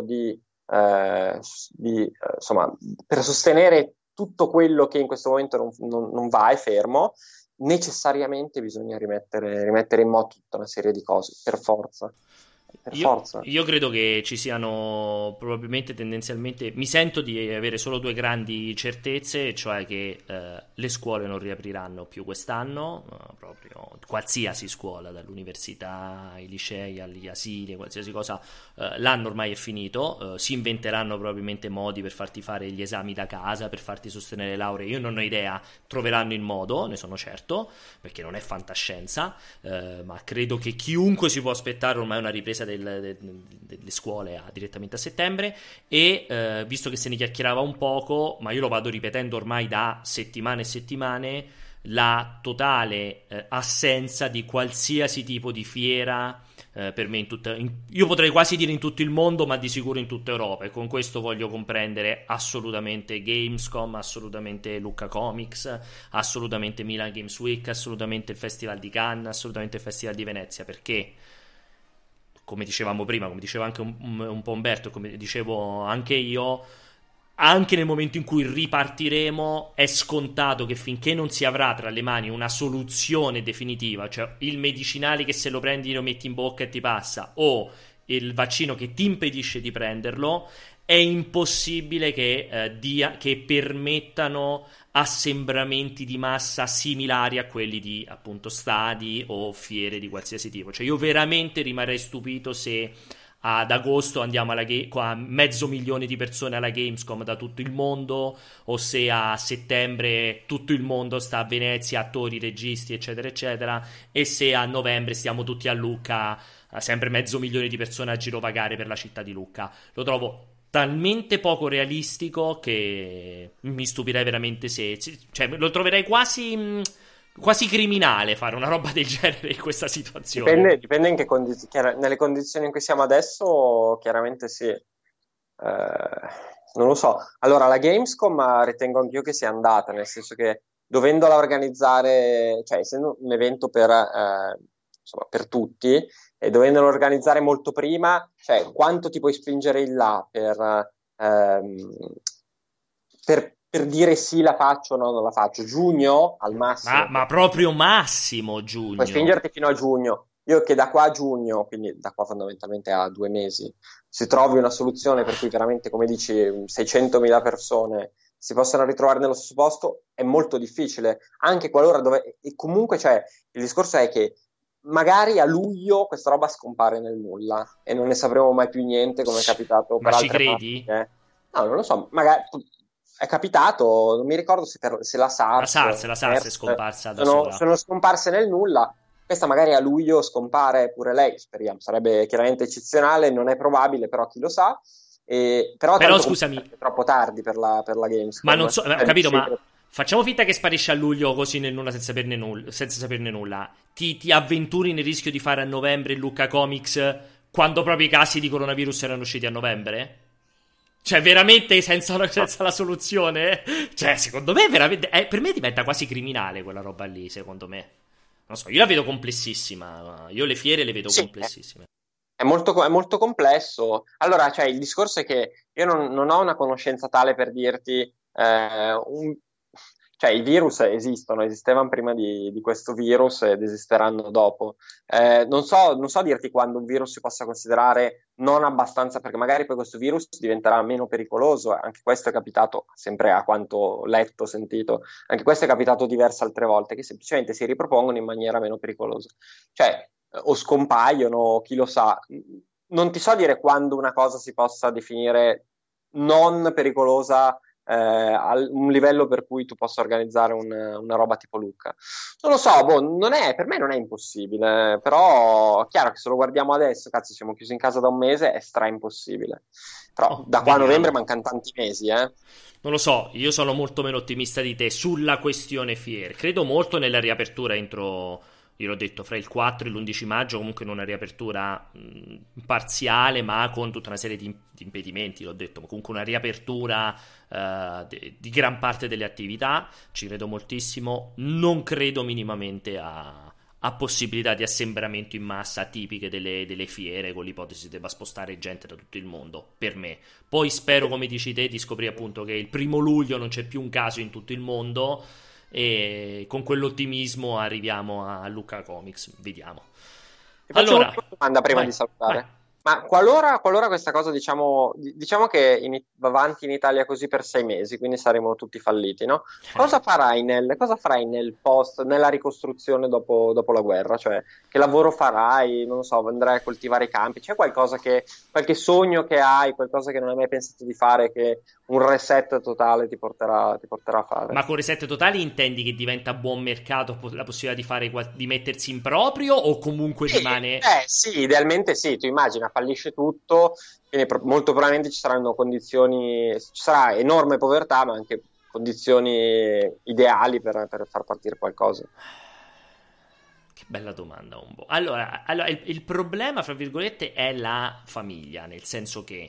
insomma, per sostenere tutto quello che in questo momento non va, è fermo. Necessariamente bisogna rimettere in moto tutta una serie di cose, per forza. Per forza. Io credo che ci siano probabilmente tendenzialmente. Mi sento di avere solo due grandi certezze, cioè che le scuole non riapriranno più quest'anno, proprio qualsiasi scuola, dall'università ai licei agli asili, qualsiasi cosa, l'anno ormai è finito. Si inventeranno probabilmente modi per farti fare gli esami da casa, per farti sostenere le lauree. Io non ho idea, troveranno il modo, ne sono certo, perché non è fantascienza, ma credo che chiunque si può aspettare ormai una ripresa delle scuole direttamente a settembre. E visto che se ne chiacchierava un poco, ma io lo vado ripetendo ormai da settimane e settimane, la totale assenza di qualsiasi tipo di fiera, per me io potrei quasi dire in tutto il mondo, ma di sicuro in tutta Europa, e con questo voglio comprendere assolutamente Gamescom, assolutamente Lucca Comics, assolutamente Milan Games Week, assolutamente il Festival di Cannes, assolutamente il Festival di Venezia, perché come dicevamo prima, come diceva anche un po' Umberto, come dicevo anche io, anche nel momento in cui ripartiremo è scontato che finché non si avrà tra le mani una soluzione definitiva, cioè il medicinale che se lo prendi lo metti in bocca e ti passa, o il vaccino che ti impedisce di prenderlo, è impossibile che permettano assembramenti di massa similari a quelli di appunto stadi o fiere di qualsiasi tipo. Cioè io veramente rimarrei stupito se ad agosto andiamo a 500.000 di persone alla Gamescom da tutto il mondo, o se a settembre tutto il mondo sta a Venezia, attori, registi, eccetera, eccetera, e se a novembre stiamo tutti a Lucca, sempre 500.000 di persone a girovagare per la città di Lucca. Lo trovo talmente poco realistico che mi stupirei veramente cioè lo troverei quasi criminale fare una roba del genere in questa situazione. Dipende in che nelle condizioni in cui siamo adesso, chiaramente sì. Non lo so. Allora, la Gamescom ritengo anch'io che sia andata, nel senso che dovendola organizzare, cioè essendo un evento insomma, per tutti, e dovendolo organizzare molto prima, cioè quanto ti puoi spingere in là per dire sì, la faccio o no, non la faccio? Giugno al massimo. Ma proprio massimo Puoi giugno. spingerti fino a giugno. Io che da qua a giugno, quindi da qua fondamentalmente a 2 mesi, si trovi una soluzione per cui veramente, come dici, 600.000 persone si possano ritrovare nello stesso posto, è molto difficile. Anche qualora e comunque, cioè, il discorso è che magari a luglio questa roba scompare nel nulla e non ne sapremo mai più niente, come è capitato Ma per ci altre credi? parti. No, non lo so, magari è capitato, non mi ricordo se la SARS, La SARS è MERS, scomparsa da sono, sola. sono scomparse nel nulla. Questa magari a luglio scompare pure lei, speriamo, sarebbe chiaramente eccezionale, non è probabile, però chi lo sa. Però Però tanto scusami, è troppo tardi per la ma Gamescom. non so, ho Cioè, capito, ma facciamo finta che sparisce a luglio così nel nulla senza saperne nulla. Ti avventuri nel rischio di fare a novembre il Lucca Comics quando proprio i casi di coronavirus erano usciti a novembre? Cioè, veramente senza la soluzione? Cioè, secondo me, veramente. Per me diventa quasi criminale quella roba lì, secondo me. Non so, io la vedo complessissima. Io le fiere le vedo sì, complessissime. è molto complesso. Allora, cioè, il discorso è che io non ho una conoscenza tale per dirti, cioè i virus esistevano prima di questo virus ed esisteranno dopo. Non so dirti quando un virus si possa considerare non abbastanza, perché magari poi questo virus diventerà meno pericoloso. Anche questo è capitato, sempre a quanto letto, sentito, anche questo è capitato diverse altre volte, che semplicemente si ripropongono in maniera meno pericolosa. Cioè, o scompaiono, chi lo sa. Non ti so dire quando una cosa si possa definire non pericolosa, a un livello per cui tu possa organizzare una roba tipo Lucca. Non lo so, per me non è impossibile, però è chiaro che se lo guardiamo adesso, cazzo, siamo chiusi in casa da un mese, è stra impossibile. Però da qua a novembre Vediamo. mancano tanti mesi, eh. Non lo so, io sono molto meno ottimista di te sulla questione fiere. Credo molto nella riapertura entro, io l'ho detto, fra il 4 e l'11 maggio, comunque in una riapertura parziale, ma con tutta una serie di impedimenti, l'ho detto, ma comunque una riapertura di gran parte delle attività. Ci credo moltissimo, non credo minimamente a ha possibilità di assembramento in massa tipiche delle fiere, con l'ipotesi debba spostare gente da tutto il mondo, per me. Poi spero, come dici te, di scoprire appunto che il 1° luglio non c'è più un caso in tutto il mondo, e con quell'ottimismo arriviamo a Lucca Comics, vediamo. Ti faccio Allora, un'ultima domanda prima vai, di salutare. vai. Ma qualora questa cosa, diciamo che va avanti in Italia così per 6 mesi, quindi saremo tutti falliti, no? Cosa farai nel post, nella ricostruzione dopo la guerra? Cioè, che lavoro farai? Non lo so, andrai a coltivare i campi? C'è qualche sogno che hai, qualcosa che non hai mai pensato di fare, che un reset totale ti porterà a fare? Ma con reset totali intendi che diventa buon mercato la possibilità di di mettersi in proprio, o comunque Sì, rimane... sì, idealmente sì, tu immagina, fallisce tutto, quindi molto probabilmente ci saranno ci sarà enorme povertà, ma anche condizioni ideali per far partire qualcosa. Che bella domanda, Umbo. Allora, il problema, fra virgolette, è la famiglia, nel senso che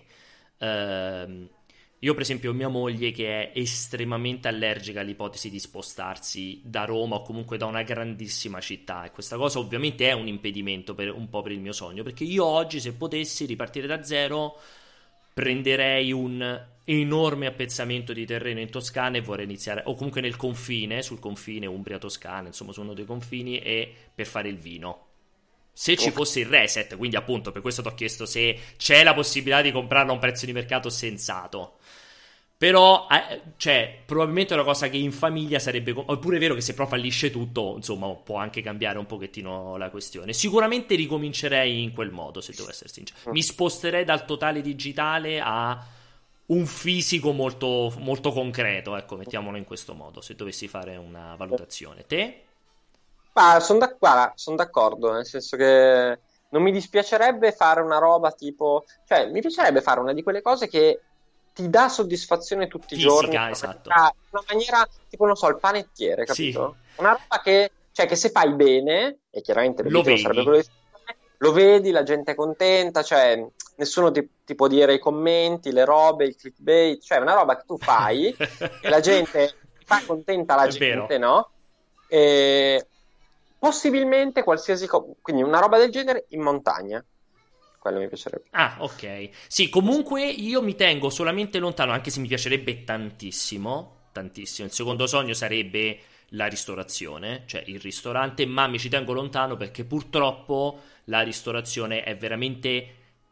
io, per esempio, ho mia moglie che è estremamente allergica all'ipotesi di spostarsi da Roma o comunque da una grandissima città, e questa cosa ovviamente è un impedimento un po' per il mio sogno, perché io oggi, se potessi ripartire da zero, prenderei un enorme appezzamento di terreno in Toscana e vorrei iniziare, o comunque sul confine Umbria-Toscana, insomma su uno dei confini, e per fare il vino. Se ci fosse il reset, quindi appunto per questo ti ho chiesto se c'è la possibilità di comprarlo a un prezzo di mercato sensato. Però, cioè, probabilmente è una cosa che in famiglia sarebbe... Oppure è vero che se però fallisce tutto, insomma, può anche cambiare un pochettino la questione. Sicuramente ricomincerei in quel modo, se devo essere sincero. Mi sposterei dal totale digitale a un fisico molto, molto concreto, ecco, mettiamolo in questo modo, se dovessi fare una valutazione. Te? Ma sono d'accordo, nel senso che non mi dispiacerebbe fare una roba tipo, cioè mi piacerebbe fare una di quelle cose che ti dà soddisfazione tutti i giorni, Fisica, esatto. in una maniera tipo, non so, il panettiere, capito? Sì. Una roba che se fai bene, e chiaramente Lo l'obiettivo sarebbe vedi. quello di fare, lo vedi, la gente è contenta, cioè nessuno ti può dire i commenti, le robe, il clickbait, cioè una roba che tu fai e la gente fa contenta la È gente, vero. no? E possibilmente quindi una roba del genere in montagna. Quello mi piacerebbe. Ah, ok. Sì, comunque io mi tengo solamente lontano, anche se mi piacerebbe tantissimo, tantissimo. Il secondo sogno sarebbe la ristorazione, cioè il ristorante, ma mi ci tengo lontano perché purtroppo la ristorazione è veramente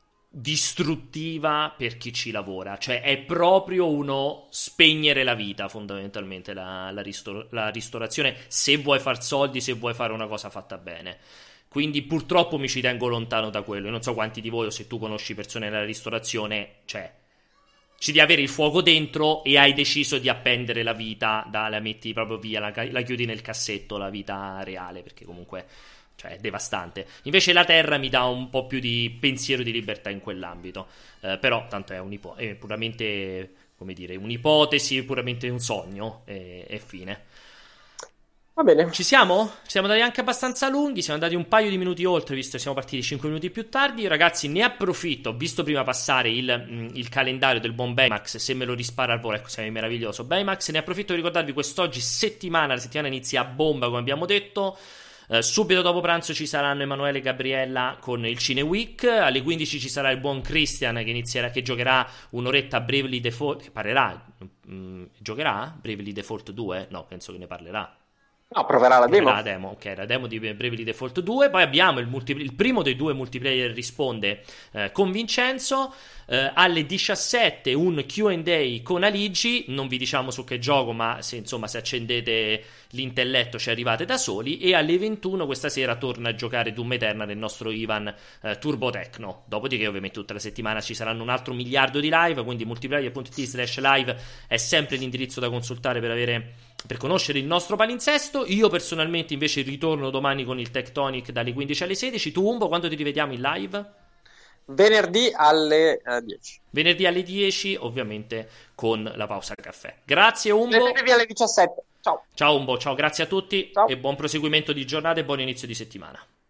distruttiva per chi ci lavora, cioè è proprio uno spegnere la vita, fondamentalmente la ristorazione, se vuoi far soldi, se vuoi fare una cosa fatta bene. Quindi purtroppo mi ci tengo lontano da quello. Io non so quanti di voi, o se tu conosci persone nella ristorazione, cioè ci devi avere il fuoco dentro e hai deciso di appendere la vita, la metti proprio via, la chiudi nel cassetto, la vita reale, perché comunque, cioè, è devastante. Invece la terra mi dà un po' più di pensiero di libertà in quell'ambito. Però tanto è puramente, come dire, un'ipotesi, puramente un sogno, e fine. Va bene. Ci siamo? Siamo andati anche abbastanza lunghi, siamo andati un paio di minuti oltre, visto che siamo partiti 5 minuti più tardi. Ragazzi, ne approfitto, ho visto prima passare il calendario del buon Baymax, se me lo rispara al volo, ecco, sei meraviglioso Baymax. Ne approfitto per ricordarvi quest'oggi la settimana inizia a bomba, come abbiamo detto. Subito dopo pranzo ci saranno Emanuele e Gabriella con il Cine Week. Alle 15 ci sarà il buon Christian che giocherà un'oretta a Bravely Default. Che parlerà? Giocherà? Bravely Default 2? No, penso che ne parlerà. No, proverà la demo. La demo, ok, la demo di Bravely Default 2. Poi abbiamo il primo dei due multiplayer risponde con Vincenzo. Alle 17 un Q&A con Aligi. Non vi diciamo su che gioco, ma se accendete l'intelletto ci arrivate da soli. E alle 21 questa sera torna a giocare Doom Eternal nel nostro Ivan Turbo Tecno. Dopodiché ovviamente tutta la settimana ci saranno un altro miliardo di live, quindi multiplayer.it/live è sempre l'indirizzo da consultare per conoscere il nostro palinsesto. Io personalmente invece ritorno domani con il Tectonic dalle 15 alle 16. Tu, Umbo, quando ti rivediamo in live? Venerdì alle 10. Venerdì alle 10, ovviamente con la pausa caffè. Grazie, Umbo. Venerdì alle 17. Ciao. Ciao, Umbo, ciao, grazie a tutti. Ciao. E buon proseguimento di giornata e buon inizio di settimana.